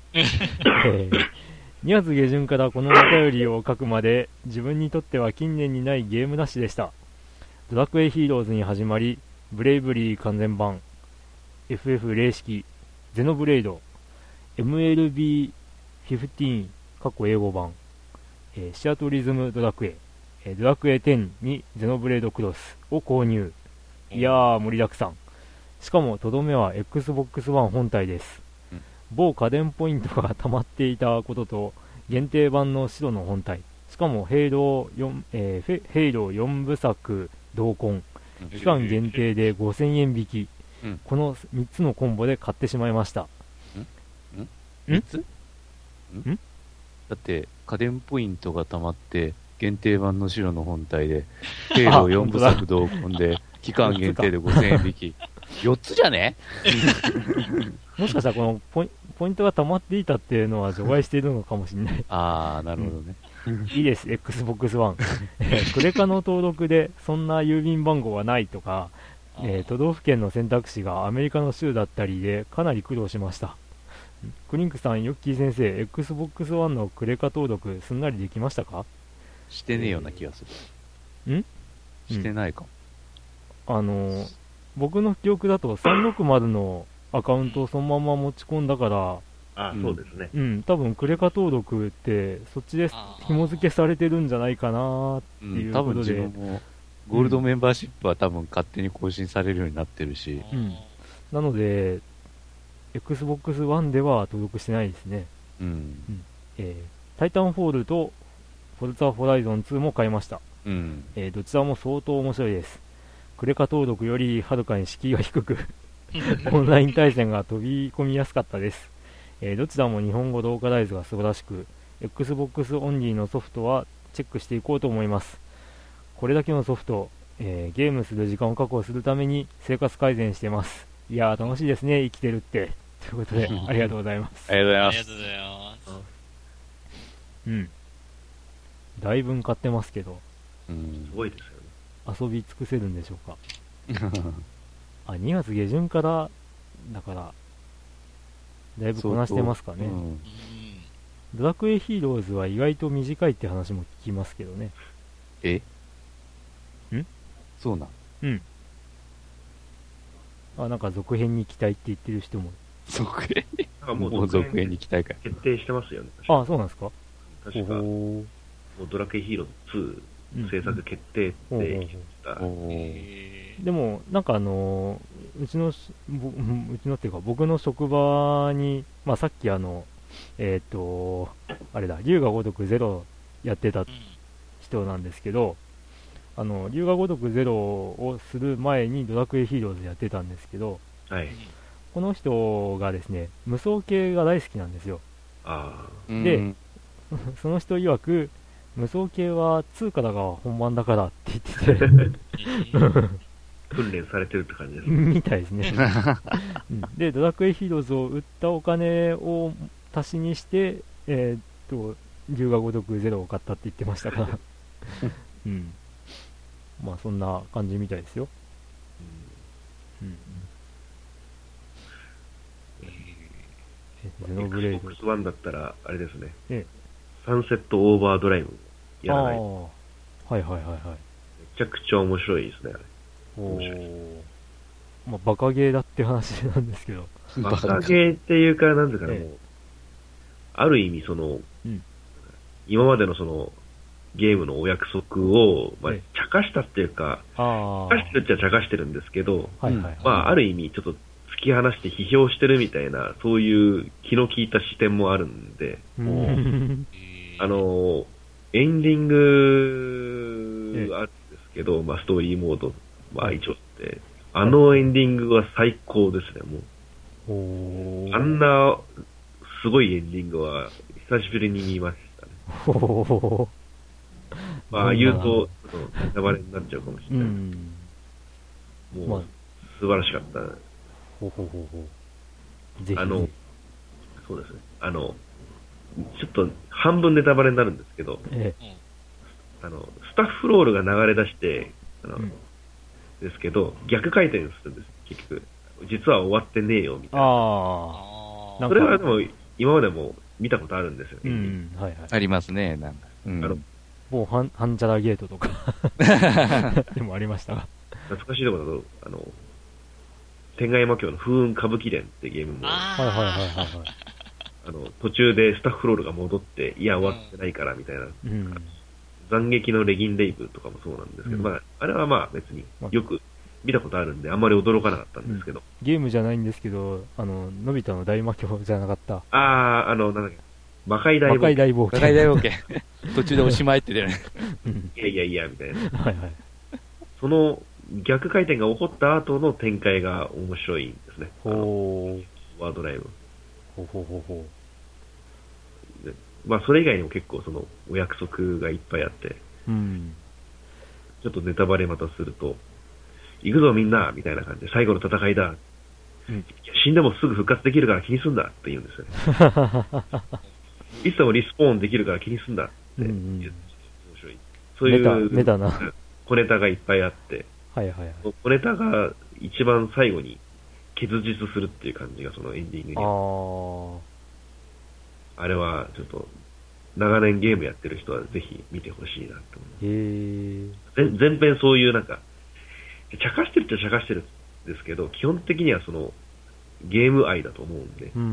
[SPEAKER 2] 。2月下旬からこのお便りを書くまで、自分にとっては近年にないゲームなしでした。ドラクエヒーローズに始まり、ブレイブリー完全版、FF 零式、ゼノブレイド、MLB15 英語版、シアトリズムドラクエ、ドラクエ10にゼノブレイドクロスを購入。いやー、盛りだくさん。しかも、とどめは Xbox One 本体です。某家電ポイントが溜まっていたことと、限定版の白の本体。しかも、ヘイロー4部作同梱。期間限定で5000円引き。この3つのコンボで買ってしまいました。
[SPEAKER 4] 3つ？だって、家電ポイントが溜まって、限定版の白の本体で、ヘイロー4部作同梱で、期間限定で5000円引き。4つじゃね
[SPEAKER 2] もしかしたらこのポイントが溜まっていたっていうのは除外しているのかもしれない。
[SPEAKER 4] なるほどね。
[SPEAKER 2] いいです、Xbox One。クレカの登録でそんな郵便番号はないとか、都道府県の選択肢がアメリカの州だったりでかなり苦労しました。クリンクさん、ヨッキー先生、Xbox One のクレカ登録すんなりできましたか？
[SPEAKER 4] してねえような気がする。してないか
[SPEAKER 2] も。僕の記憶だと360のアカウントをそのまま持ち込んだから、
[SPEAKER 5] そうですね。
[SPEAKER 2] 多分クレカ登録ってそっちで紐付けされてるんじゃないかなっていうことで、
[SPEAKER 4] 多分自分もゴールドメンバーシップは多分勝手に更新されるようになってるし、
[SPEAKER 2] なので Xbox One では登録してないですね。タイタンフォールとフォルツァホライゾン2も買いました。どちらも相当面白いです。クレカ登録よりはるかに敷居が低くオンライン対戦が飛び込みやすかったです。どちらも日本語ローカライズが素晴らしく、Xbox オンリーのソフトはチェックしていこうと思います。これだけのソフト、ゲームする時間を確保するために生活改善してます。いやー楽しいですね、生きてるって。ということで、ありがとうございます。
[SPEAKER 4] ありがとうございます。
[SPEAKER 3] ありがとうござい
[SPEAKER 2] ます。だいぶ買ってますけど。
[SPEAKER 5] すごいですよね。
[SPEAKER 2] 遊び尽くせるんでしょうか。2月下旬からだからだいぶこなしてますかね。ドラクエヒーローズは意外と短いって話も聞きますけどね。
[SPEAKER 4] そうなん。
[SPEAKER 2] なんか続編に期待って言ってる人も。
[SPEAKER 4] 続編もう続編に期待か。
[SPEAKER 5] 決定してますよね。
[SPEAKER 2] そうなんですか。
[SPEAKER 5] 確かもうドラクエヒーローズ2制作決定って言った。
[SPEAKER 2] でもなんかうちのっていうか僕の職場にさっきあれだ、龍が如くゼロやってた人なんですけど、龍が如くゼロをする前にドラクエヒーローズやってたんですけど、この人がですね、無双系が大好きなんですよ。 で、その人曰く、無双系は通貨だが本番だからって言ってて
[SPEAKER 5] 訓練されてるって感じです
[SPEAKER 2] みたいですねで、ドラクエヒーローズを売ったお金を足しにして、龍が如くゼロを買ったって言ってましたからうん。まあそんな感じみたいですよ。
[SPEAKER 5] ゼノブレイド。Xbox One だったら、あれですね。サンセットオーバードライブやらない。
[SPEAKER 2] はいはいはいはい。め
[SPEAKER 5] ちゃくちゃ面白いですね、あれ。
[SPEAKER 2] 面白い。まあ、バカゲーだって話なんですけど。
[SPEAKER 5] バカゲーっていうか、なんていうかな、もう、ある意味今までのゲームのお約束を、まあ、茶化したっていうか、茶化してるっちゃ茶化してるんですけど、まあ、ある意味、ちょっと突き放して批評してるみたいな、そういう気の利いた視点もあるんで、エンディングあるんですけど、まあ、ストーリーモード、まあ、一応って、エンディングは最高ですね、もう。あんな、すごいエンディングは、久しぶりに見ましたね。まあ、言うと、ネタバレになっちゃうかもしれない。もう、素晴らしかった。
[SPEAKER 2] ぜひ。
[SPEAKER 5] そうですね。ちょっと、半分ネタバレになるんですけど、スタッフロールが流れ出して、ですけど、逆回転するんです、結局。実は終わってねえよ、みたいな。それはでも、今までも見たことあるんですよね。
[SPEAKER 4] ありますね、なんか。
[SPEAKER 2] もうハンジャラゲートとかでもありましたが。
[SPEAKER 5] 懐かしいところだと、天外魔境の風雲歌舞伎伝ってゲームも、途中でスタッフロールが戻って、いや、終わってないから、みたいな。斬撃のレギンレイブとかもそうなんですけど、まあ、あれはまあ別によく見たことあるんで、あんまり驚かなかったんですけど。
[SPEAKER 2] ゲームじゃないんですけど、のび太の大魔境じゃなかった。
[SPEAKER 5] なんだっけ。魔界大冒険。
[SPEAKER 2] 魔界大冒険。
[SPEAKER 4] 魔界大冒険。途中でおしまいって出るね。
[SPEAKER 5] いや、みたいな。その逆回転が起こった後の展開が面白いんですね。ワードライブ。まあ、それ以外にも結構お約束がいっぱいあって、ちょっとネタバレまたすると、行くぞみんなみたいな感じで、最後の戦いだ。死んでもすぐ復活できるから気にすんだって言うんですよね。いつでもリスポーンできるから気にすんだって言う。面白い。そういう小ネタがいっぱいあって、小ネタが一番最後に結実するっていう感じがそのエンディングにあれはちょっと長年ゲームやってる人はぜひ見てほしいなと思う。全編そういうなんか、茶化してるっちゃ茶化してるんですけど、基本的にはゲーム愛だと思うんで、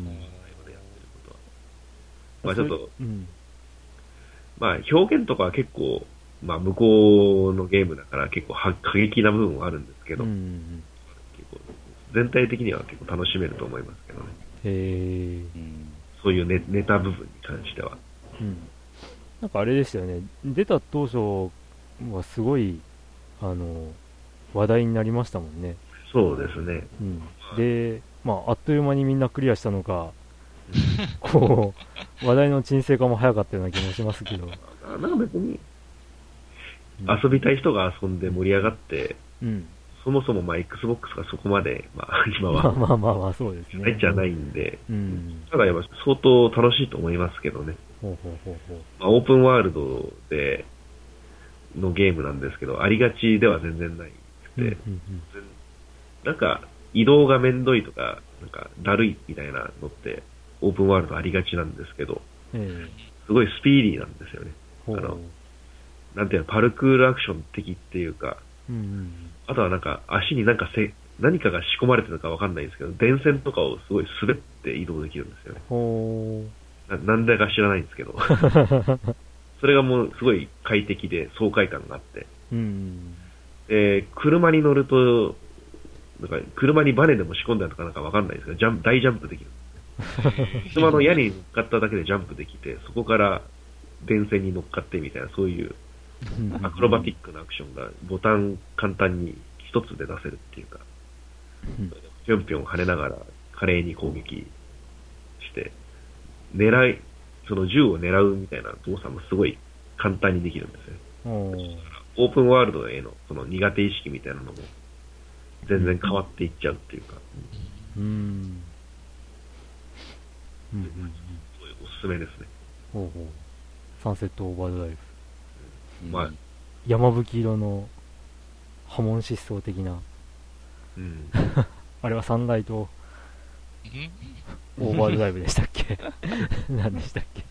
[SPEAKER 5] まあちょっと、まあ表現とかは結構、まあ向こうのゲームだから結構過激な部分はあるんですけど、結構全体的には結構楽しめると思いますけどね。そういうネタ部分に関しては。
[SPEAKER 2] なんかあれですよね、出た当初はすごい、話題になりましたもんね。
[SPEAKER 5] そうですね。
[SPEAKER 2] で、まあ、あっという間にみんなクリアしたのか、こう、話題の沈静化も早かったような気もしますけど。
[SPEAKER 5] なんか別に、遊びたい人が遊んで盛り上がって、そもそもまあ Xbox がそこまで、まあ今は、
[SPEAKER 2] まあそうですね。
[SPEAKER 5] ないっちゃないんで、ただやっぱ相当楽しいと思いますけどね。まあ、オープンワールドでのゲームなんですけど、ありがちでは全然ないくて、なんか移動がめんどいとか、なんかだるいみたいなのってオープンワールドありがちなんですけど、すごいスピーディーなんですよね。なんていうの、パルクールアクション的っていうか、あとはなんか足に何かが仕込まれてるのかわかんないんですけど、電線とかをすごい滑って移動できるんですよね。なんでか知らないんですけど。それがもうすごい快適で爽快感があって。車に乗ると、なんか車にバネでも仕込んだのかなんかわかんないですけど、大ジャンプできる。車の屋根に乗っかっただけでジャンプできて、そこから電線に乗っかってみたいな、そういうアクロバティックなアクションがボタン簡単に一つで出せるっていうか、ぴょんぴょん跳ねながら華麗に攻撃して、 その銃を狙うみたいな動作もすごい簡単にできるんですよ。オープンワールドへのその苦手意識みたいなのも全然変わっていっちゃうっていうか。すごいおすすめですね。
[SPEAKER 2] サンセットオーバードライブ。まあ、山吹色の波紋疾走的な。あれはサンライトオーバードライブでしたっけ何でしたっけ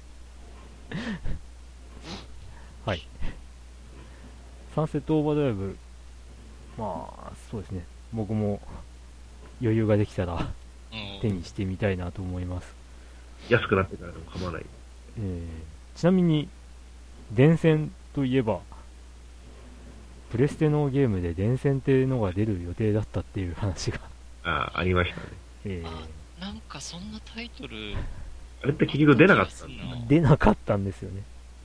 [SPEAKER 2] はい。サンセットオーバードライブ、まあ、そうですね。僕も余裕ができたら手にしてみたいなと思います。
[SPEAKER 5] 安くなってからでも構わない。
[SPEAKER 2] ちなみに、電線といえば、プレステのゲームで電線っていうのが出る予定だったっていう話が
[SPEAKER 5] ありましたね。
[SPEAKER 3] なんかそんなタイトル
[SPEAKER 5] あれって結局出なかった
[SPEAKER 2] 出なかったんですよね。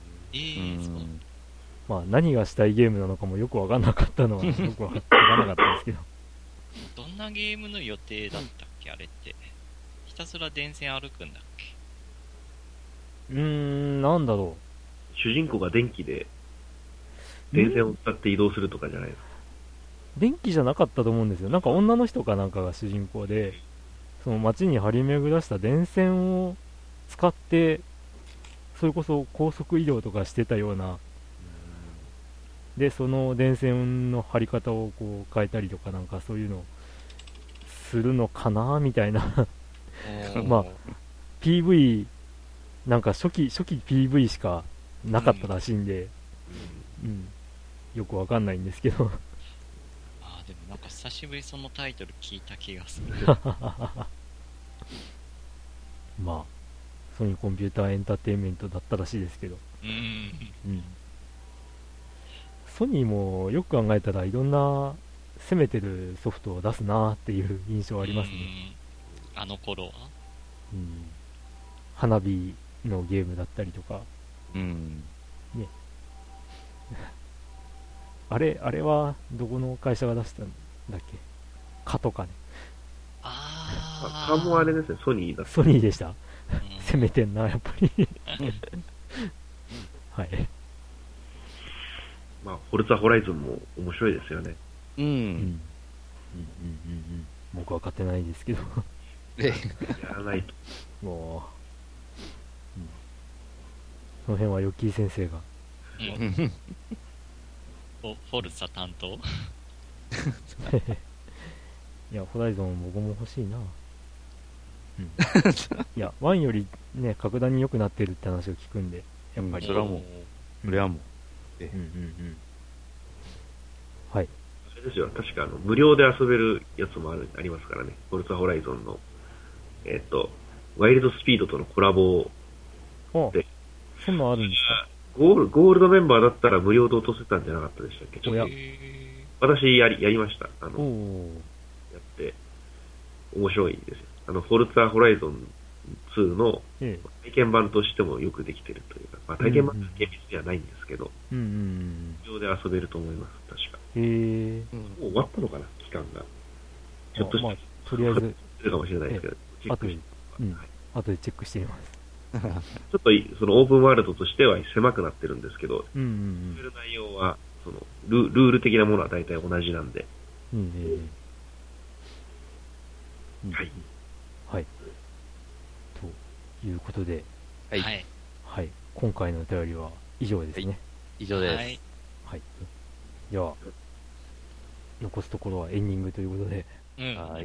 [SPEAKER 2] まあ何がしたいゲームなのかもよくわかんなかったのはよくわかんなかったんですけど。
[SPEAKER 3] どんなゲームの予定だったっけあれって。ひたすら電線歩くんだっけ。
[SPEAKER 2] なんだろ
[SPEAKER 5] う。主人公が電気で電線を使って移動するとかじゃないですか。
[SPEAKER 2] 電気じゃなかったと思うんですよ。なんか女の人かなんかが主人公で、その街に張り巡らした電線を使って、それこそ高速移動とかしてたような、で、その電線の張り方をこう変えたりとかなんかそういうのをするのかなみたいな。まあ、PV、なんか初期 PV しかなかったらしいんで、よくわかんないんですけど。
[SPEAKER 3] でもなんか久しぶりそのタイトル聞いた気がする。
[SPEAKER 2] まあ、ソニーコンピューターエンターテインメントだったらしいですけど。ソニーもよく考えたらいろんな攻めてるソフトを出すなーっていう印象ありますね。
[SPEAKER 3] あの頃は、
[SPEAKER 2] 花火のゲームだったりとか。ね。あれはどこの会社が出したんだっけ？カとかね。
[SPEAKER 5] カもあれですね、ソニーだった。
[SPEAKER 2] ソニーでした。攻めてんな、やっぱり。はい。
[SPEAKER 5] まあ、フォルツァホライズンも面白いですよね。
[SPEAKER 2] 僕は買ってないですけど。
[SPEAKER 5] やらないと。
[SPEAKER 2] もう、その辺はヨッキー先生が。
[SPEAKER 3] フォルツァ担当
[SPEAKER 2] いや、ホライゾン僕も欲しいな。いや、1よりね、格段に良くなってるって話を聞くんで、やっぱり。
[SPEAKER 4] それはもう。
[SPEAKER 2] はい。
[SPEAKER 5] あれですよ、確か無料で遊べるやつもありますからね。フォルツァホライゾンの、ワイルドスピードとのコラボで。
[SPEAKER 2] そんなんあるんですか？
[SPEAKER 5] ゴールドメンバーだったら無料で落とせたんじゃなかったでしたっけ？ちょっと私やりました。やって、面白いですよ。フォルツァホライゾン2の体験版としてもよくできてるというか、まあ、体験版は厳密ではないんですけど、無料で遊べると思います、確か。もう終わったのかな、期間が。ちょっとした、
[SPEAKER 2] とりあえず、
[SPEAKER 5] るかもしれないですけど、
[SPEAKER 2] 後でチェックしてみます。
[SPEAKER 5] ちょっとそのオープンワールドとしては狭くなってるんですけど、る内容はそのルール的なものは大体同じなんで。はい。
[SPEAKER 2] はい。ということで、
[SPEAKER 3] はい。
[SPEAKER 2] 今回のお便りは以上ですね。
[SPEAKER 4] 以上です。
[SPEAKER 2] はい。では、残すところはエンディングということで。
[SPEAKER 4] はい。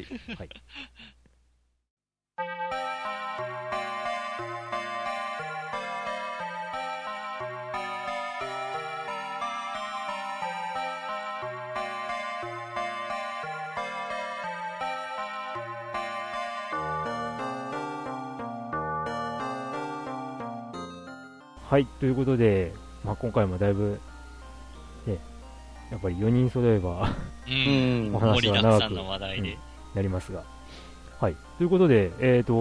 [SPEAKER 2] はい、ということで、まあ、今回もだいぶ、ね、やっぱり4人揃えばお話は長くなりますが。はい、ということで、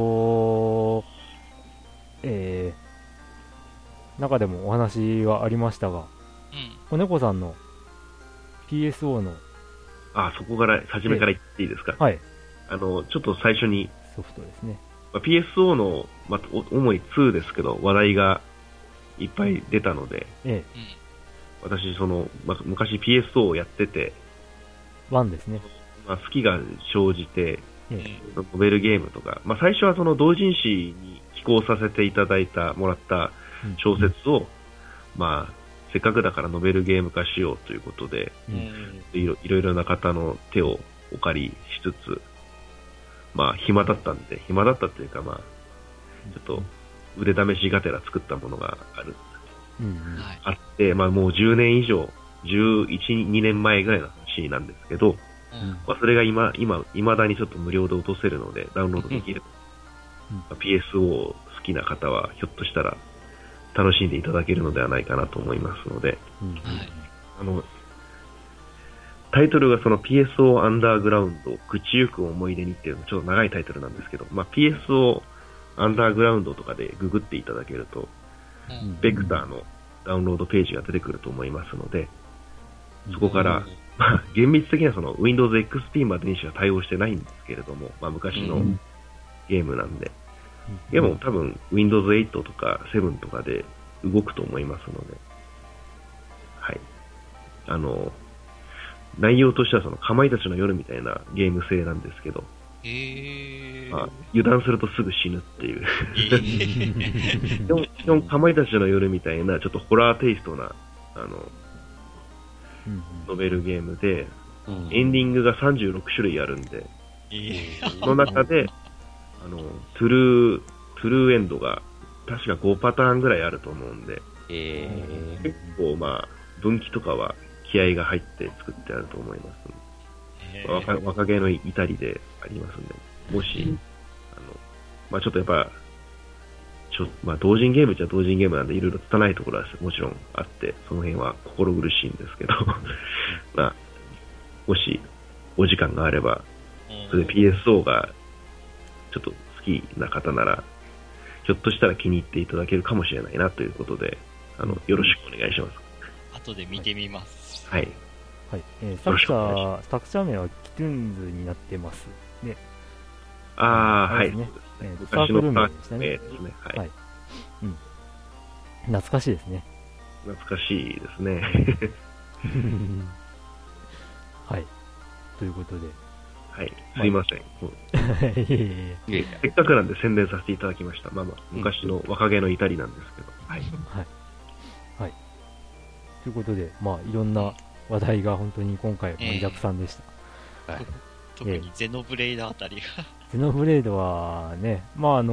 [SPEAKER 2] 中でもお話がありましたが、子猫さんの PSO の、
[SPEAKER 5] そこから、初めから言っていいですか？
[SPEAKER 2] はい。
[SPEAKER 5] ちょっと最初に、
[SPEAKER 2] ソフトですね。
[SPEAKER 5] PSO の、主に2ですけど、話題がいっぱい出たので、私、昔 PSO をやってて、
[SPEAKER 2] 1ですね。
[SPEAKER 5] 好きが生じて、ノベルゲームとか、最初はその同人誌に寄稿させていただいた、もらった小説を、せっかくだからノベルゲーム化しようということで、いろいろな方の手をお借りしつつ、暇だったっていうか、ちょっと腕試しがてら作ったものがあって、もう10年以上、11、2年前ぐらいの話なんですけど、それが未だにちょっと無料で落とせるので、ダウンロードできる。PSO 好きな方は、ひょっとしたら楽しんでいただけるのではないかなと思いますので、タイトルがその PSO アンダーグラウンド、朽ちゆく思い出にっていうのちょっと長いタイトルなんですけど、PSO アンダーグラウンドとかでググっていただけると、ベクターのダウンロードページが出てくると思いますので、そこから、厳密的にはその Windows XP までにしか対応してないんですけれども、昔のゲームなんで、でも多分 Windows 8とか7とかで動くと思いますので、はい。内容としてはそのかまいたちの夜みたいなゲーム性なんですけど、油断するとすぐ死ぬっていう。基本かまいたちの夜みたいなちょっとホラーテイストな、ノベルゲームで、エンディングが36種類あるんで、その中で、トゥルーエンドが確か5パターンぐらいあると思うんで、結構分岐とかは気合が入って作ってあると思います。若気の至りでありますんで、もし、ちょっとやっぱ、同人ゲームっちゃ同人ゲームなんでいろいろ拙いところはもちろんあって、その辺は心苦しいんですけど、もしお時間があれば、それで PSO がちょっと好きな方なら、ひょっとしたら気に入っていただけるかもしれないなということで、よろしくお願いします。
[SPEAKER 3] 後で見てみます。
[SPEAKER 2] はい。はい。作者名はキトゥーンズになってますね。
[SPEAKER 5] はい。
[SPEAKER 2] 昔のサークル名ですね。はい。懐かしいですね。
[SPEAKER 5] 懐かしいですね。
[SPEAKER 2] はい。ということで。
[SPEAKER 5] はい。すいません。せっかくなんで宣伝させていただきました。昔の若気の至りなんですけど。はい。
[SPEAKER 2] はい。ということで、いろんな話題が本当に今回盛りだくさんでした。
[SPEAKER 3] 特にゼノブレイドあたりが。
[SPEAKER 2] ゼノブレイドはね、なん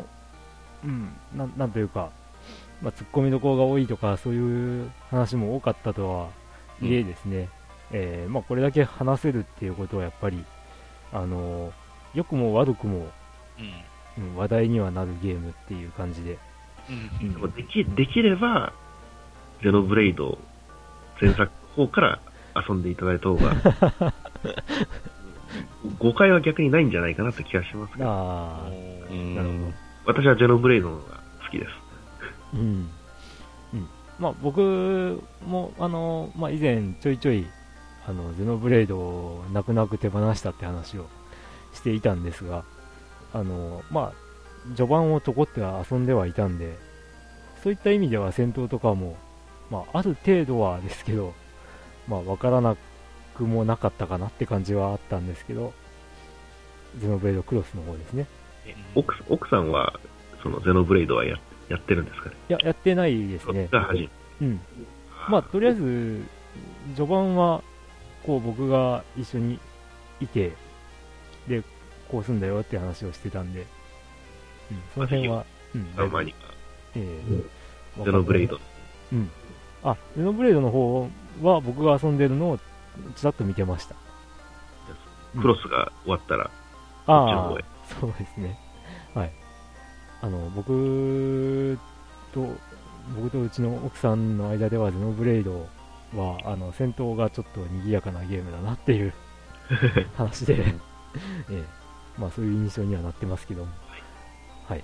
[SPEAKER 2] というか、突っ込みどころが多いとか、そういう話も多かったとはいえですね、これだけ話せるっていうことはやっぱり、良くも悪くも、話題にはなるゲームっていう感じで。
[SPEAKER 5] できれば、ゼノブレイド前作の方から遊んでいただいた方が、誤解は逆にないんじゃないかなって気がしますけど。なるほど。私はゼノブレイドの方が好きです。
[SPEAKER 2] 僕も、以前ちょいちょい、ゼノブレイドを泣く泣く手放したって話をしていたんですが、序盤をとこって遊んではいたんで、そういった意味では戦闘とかも、ある程度はですけど、わからなくもなかったかなって感じはあったんですけど、ゼノブレイドクロスの方ですね。
[SPEAKER 5] 奥さんは、そのゼノブレイドはやってるんですかね？
[SPEAKER 2] いや、やってないですね。とりあえず、序盤は、僕が一緒にいて、で、こうすんだよって話をしてたんで、その辺は、
[SPEAKER 5] たまには、
[SPEAKER 2] ゼノブレイド。ゼノブレイドの方は僕が遊んでるのをちらっと見てました。
[SPEAKER 5] クロスが終わったら、
[SPEAKER 2] そうですね。はい。僕とうちの奥さんの間ではゼノブレイドは、戦闘がちょっと賑やかなゲームだなっていう話で、そういう印象にはなってますけども。はい。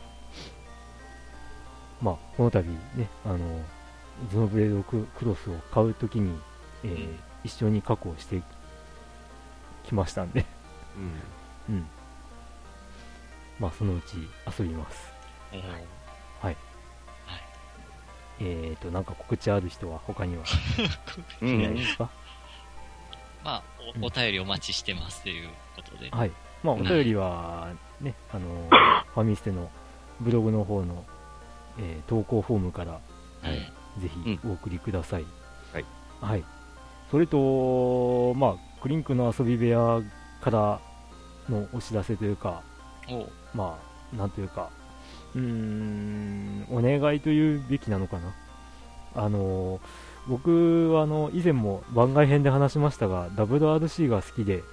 [SPEAKER 2] この度ね、ゼノブレイドクロスを買うときに、一緒に確保してきましたんでまあそのうち遊びます。はい。なんか告知ある人は他にはいないですか？
[SPEAKER 3] まあお便りお待ちしてますということで。
[SPEAKER 2] はい。まあお便りはね、ファミステのブログの方の、投稿フォームから、ぜひお送りください。
[SPEAKER 4] はい。
[SPEAKER 2] はい。それと、まあクリンクの遊び部屋からのお知らせというか、まあなんというか、お願いというべきなのかな。僕は以前も番外編で話しましたが WRC が好きで、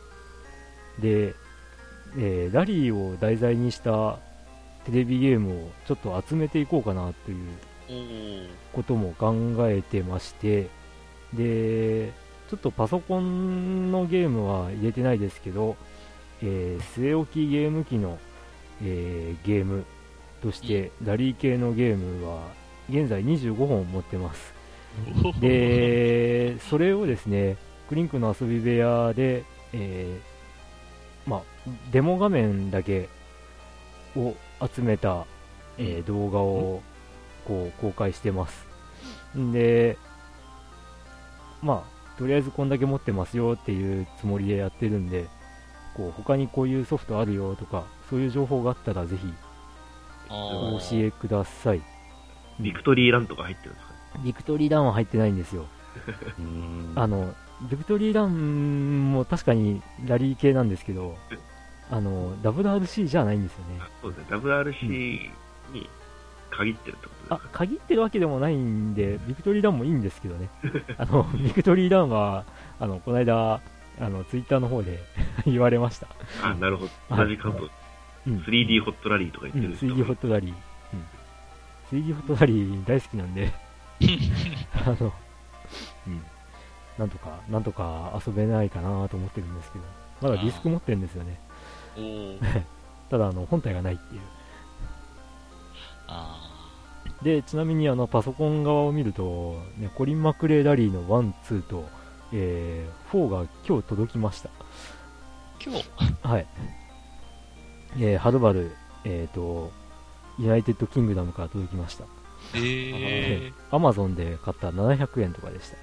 [SPEAKER 2] ラリーを題材にしたテレビゲームをちょっと集めていこうかなということも考えてまして、でちょっとパソコンのゲームは入れてないですけど、据え置きゲーム機の、ゲームとしてラリー系のゲームは現在25本持ってます。でそれをですねクリンクの遊び部屋で、まあ、デモ画面だけを集めた、動画をこう公開してます。でまあとりあえずこんだけ持ってますよっていうつもりでやってるんで、こう他にこういうソフトあるよとかそういう情報があったらぜひお教えください。
[SPEAKER 5] ビクトリーランとか入ってるんですか？
[SPEAKER 2] ビクトリーランは入ってないんですよ。ビクトリーランも確かにラリー系なんですけど、WRC じゃないんですよね。
[SPEAKER 5] そうですね、WRC に限ってるってことですか？
[SPEAKER 2] 限ってるわけでもないんで、ビクトリーランもいいんですけどね。ビクトリーランは、この間、ツイッターの方で言われました。
[SPEAKER 5] なるほど。同じ関東。3D ホットラリーとか言ってるんですか？
[SPEAKER 2] 3D ホットラリー。3D ホットラリー大好きなんでなんとか遊べないかなと思ってるんですけど、まだディスク持ってるんですよね。ただ本体がないっていう。でちなみにパソコン側を見ると、ね、コリン・マクレーラリーの1、2と、4が今日届きました。
[SPEAKER 3] 今日
[SPEAKER 2] はい。はるばるユナイテッドキングダムから届きました。アマゾンで買った700円とかでした。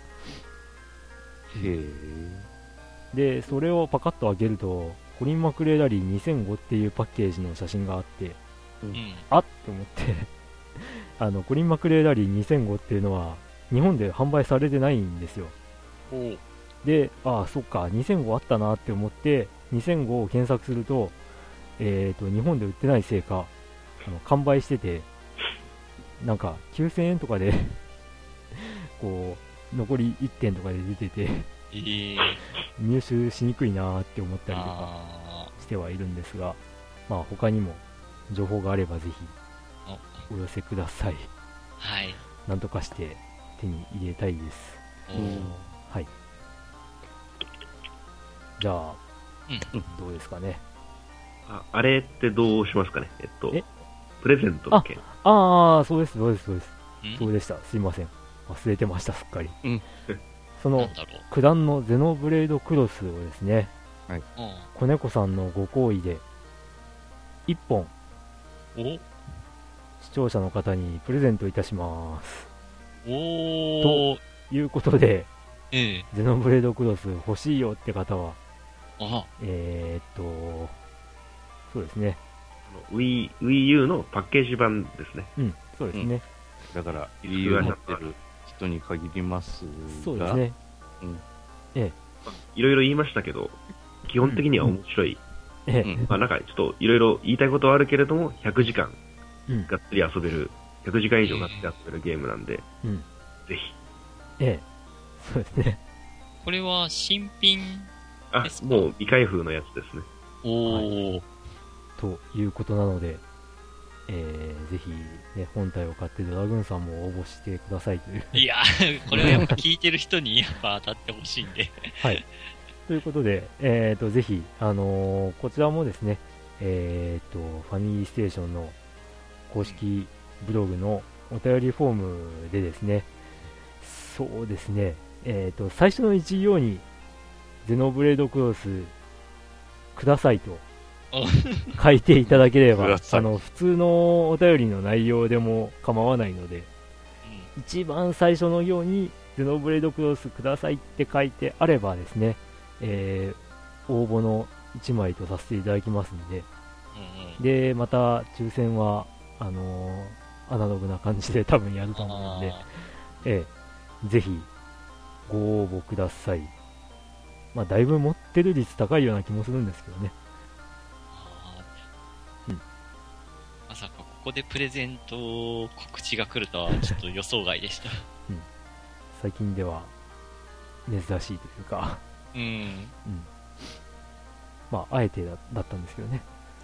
[SPEAKER 2] でそれをパカッと開けるとコリン・マクレーラリー2005っていうパッケージの写真があって、あっと思ってコリン・マクレーラリー2005っていうのは日本で販売されてないんですよ。でそっか2005あったなって思って2005を検索すると、日本で売ってないせいか完売してて、なんか9000円とかでこう残り1点とかで出てて、入手しにくいなって思ったりとかしてはいるんですが、まあ他にも情報があればぜひお寄せください。
[SPEAKER 3] はい。
[SPEAKER 2] なんとかして手に入れたいです。はい。じゃあ、どうですかね。
[SPEAKER 5] あれってどうしますかね。プレゼントだけ。
[SPEAKER 2] そうです。そうでした。すいません。忘れてました、すっかり。その、九段のゼノブレードクロスをですね、子猫さんのご厚意で、1本、視聴者の方にプレゼントいたします。ということで、ゼノブレードクロス欲しいよって方は、そうですね。
[SPEAKER 5] Wii U のパッケージ版ですね。
[SPEAKER 2] そうですね。
[SPEAKER 4] だから、Wii U を持ってる人に限りますが。
[SPEAKER 2] そうですね。
[SPEAKER 5] いろいろ言いましたけど、基本的には面白い。なんかちょっといろいろ言いたいことはあるけれども、100時間がっつり遊べる、100時間以上がっつり遊べるゲームなんで、ぜひ。
[SPEAKER 2] そうですね。
[SPEAKER 3] これは新品ですか？
[SPEAKER 5] もう未開封のやつですね。
[SPEAKER 2] ということなので、ぜひ、ね、本体を買ってドラグーンさんも応募してくださいという。
[SPEAKER 3] いやこれはやっぱ聞いてる人にやっぱ当たってほしいんで。
[SPEAKER 2] はい。ということで、ぜひ、こちらもですね、ファミリーステーションの公式ブログのお便りフォームでですね、そうですね、最初の一行に、ゼノブレードクロスくださいと書いていただければ、普通のお便りの内容でも構わないので、一番最初のように、ゼノブレードクロスくださいって書いてあればですね、応募の1枚とさせていただきますんで、で、また抽選は、アナログな感じで多分やると思うんで、ぜひ、ご応募ください。まあ、だいぶ持ってる率高いような気もするんですけどね。
[SPEAKER 3] まさかここでプレゼント告知が来るとはちょっと予想外でした。
[SPEAKER 2] 最近では珍しいというか、まあ、あえてだったんですけどね。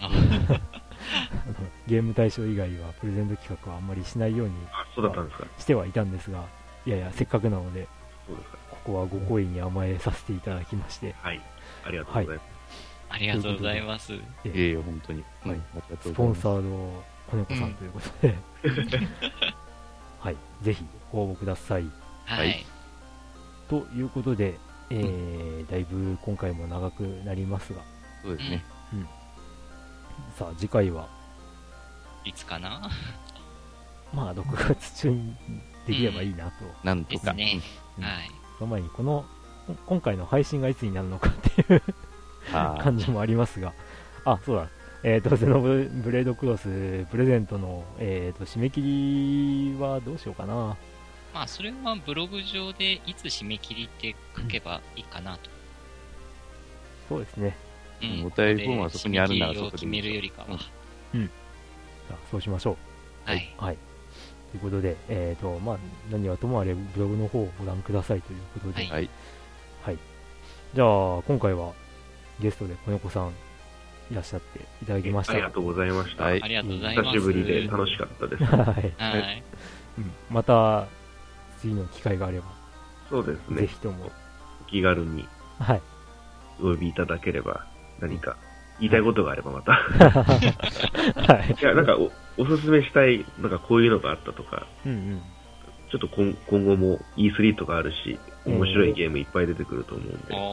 [SPEAKER 2] ゲーム大賞以外はプレゼント企画はあんまりしないようにしてはいたんですが、いやいや、せっかくなので、ここはご好意に甘えさせていただきまして、
[SPEAKER 5] はい、ありがとうございます。
[SPEAKER 3] ありがとうございます。
[SPEAKER 4] 本当に。
[SPEAKER 2] スポンサーの子猫さんということで、はい、ぜひご応募ください。
[SPEAKER 3] はい。
[SPEAKER 2] ということで、だいぶ今回も長くなりますが、
[SPEAKER 4] そうですね。
[SPEAKER 2] さあ、次回は、
[SPEAKER 3] いつかな。
[SPEAKER 2] まあ、6月中にできればいいなと。
[SPEAKER 4] なんとか。
[SPEAKER 3] はい。
[SPEAKER 2] その前に、今回の配信がいつになるのかっていう感じもありますが、そうだ。ゼノブレードクロスプレゼントの、締め切りはどうしようかな。
[SPEAKER 3] まあ、それはブログ上でいつ締め切りって書けばいいかなと。
[SPEAKER 2] そうですね。
[SPEAKER 4] お便りフォームはそこにあるなら
[SPEAKER 3] そこで決めるよりかは。
[SPEAKER 2] じゃあ、そうしましょう。
[SPEAKER 3] はい。
[SPEAKER 2] ということで、まあ、何はともあれブログの方をご覧くださいということで。
[SPEAKER 4] はい。
[SPEAKER 2] じゃあ、今回はゲストで子猫さんいらっしゃっていただきました。
[SPEAKER 5] ありがとうございました。
[SPEAKER 3] ありがとうございます。
[SPEAKER 5] 久しぶりで楽しかったです。
[SPEAKER 2] また、次の機会があれば。
[SPEAKER 5] そうですね。
[SPEAKER 2] ぜひとも。
[SPEAKER 5] お気軽に。お呼びいただければ、何か言いたいことがあればまた。いや、なんかおすすめしたい、なんかこういうのがあったとか、ちょっと今後も E3 とかあるし、面白いゲームいっぱい出てくると思うんで、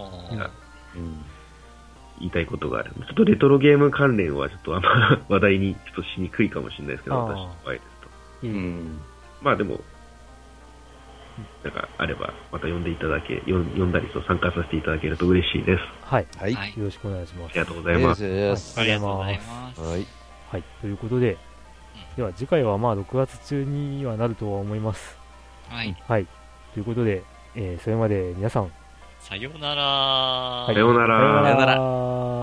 [SPEAKER 5] 言いたいことがある。ちょっとレトロゲーム関連はちょっとあんま話題にちょっとしにくいかもしれないですけど、私の場合ですと。まあでも、なんかあれば、また呼んだりと参加させていただけると嬉しいです。
[SPEAKER 2] はい。よろしくお願いします。
[SPEAKER 5] ありがとうございます。
[SPEAKER 3] ありがとうございます。
[SPEAKER 2] はい。ということで、では次回はまあ6月中にはなるとは思います。
[SPEAKER 3] はい。
[SPEAKER 2] ということで、それまで皆さん、
[SPEAKER 3] さようなら。
[SPEAKER 5] さようなら。
[SPEAKER 2] さようなら。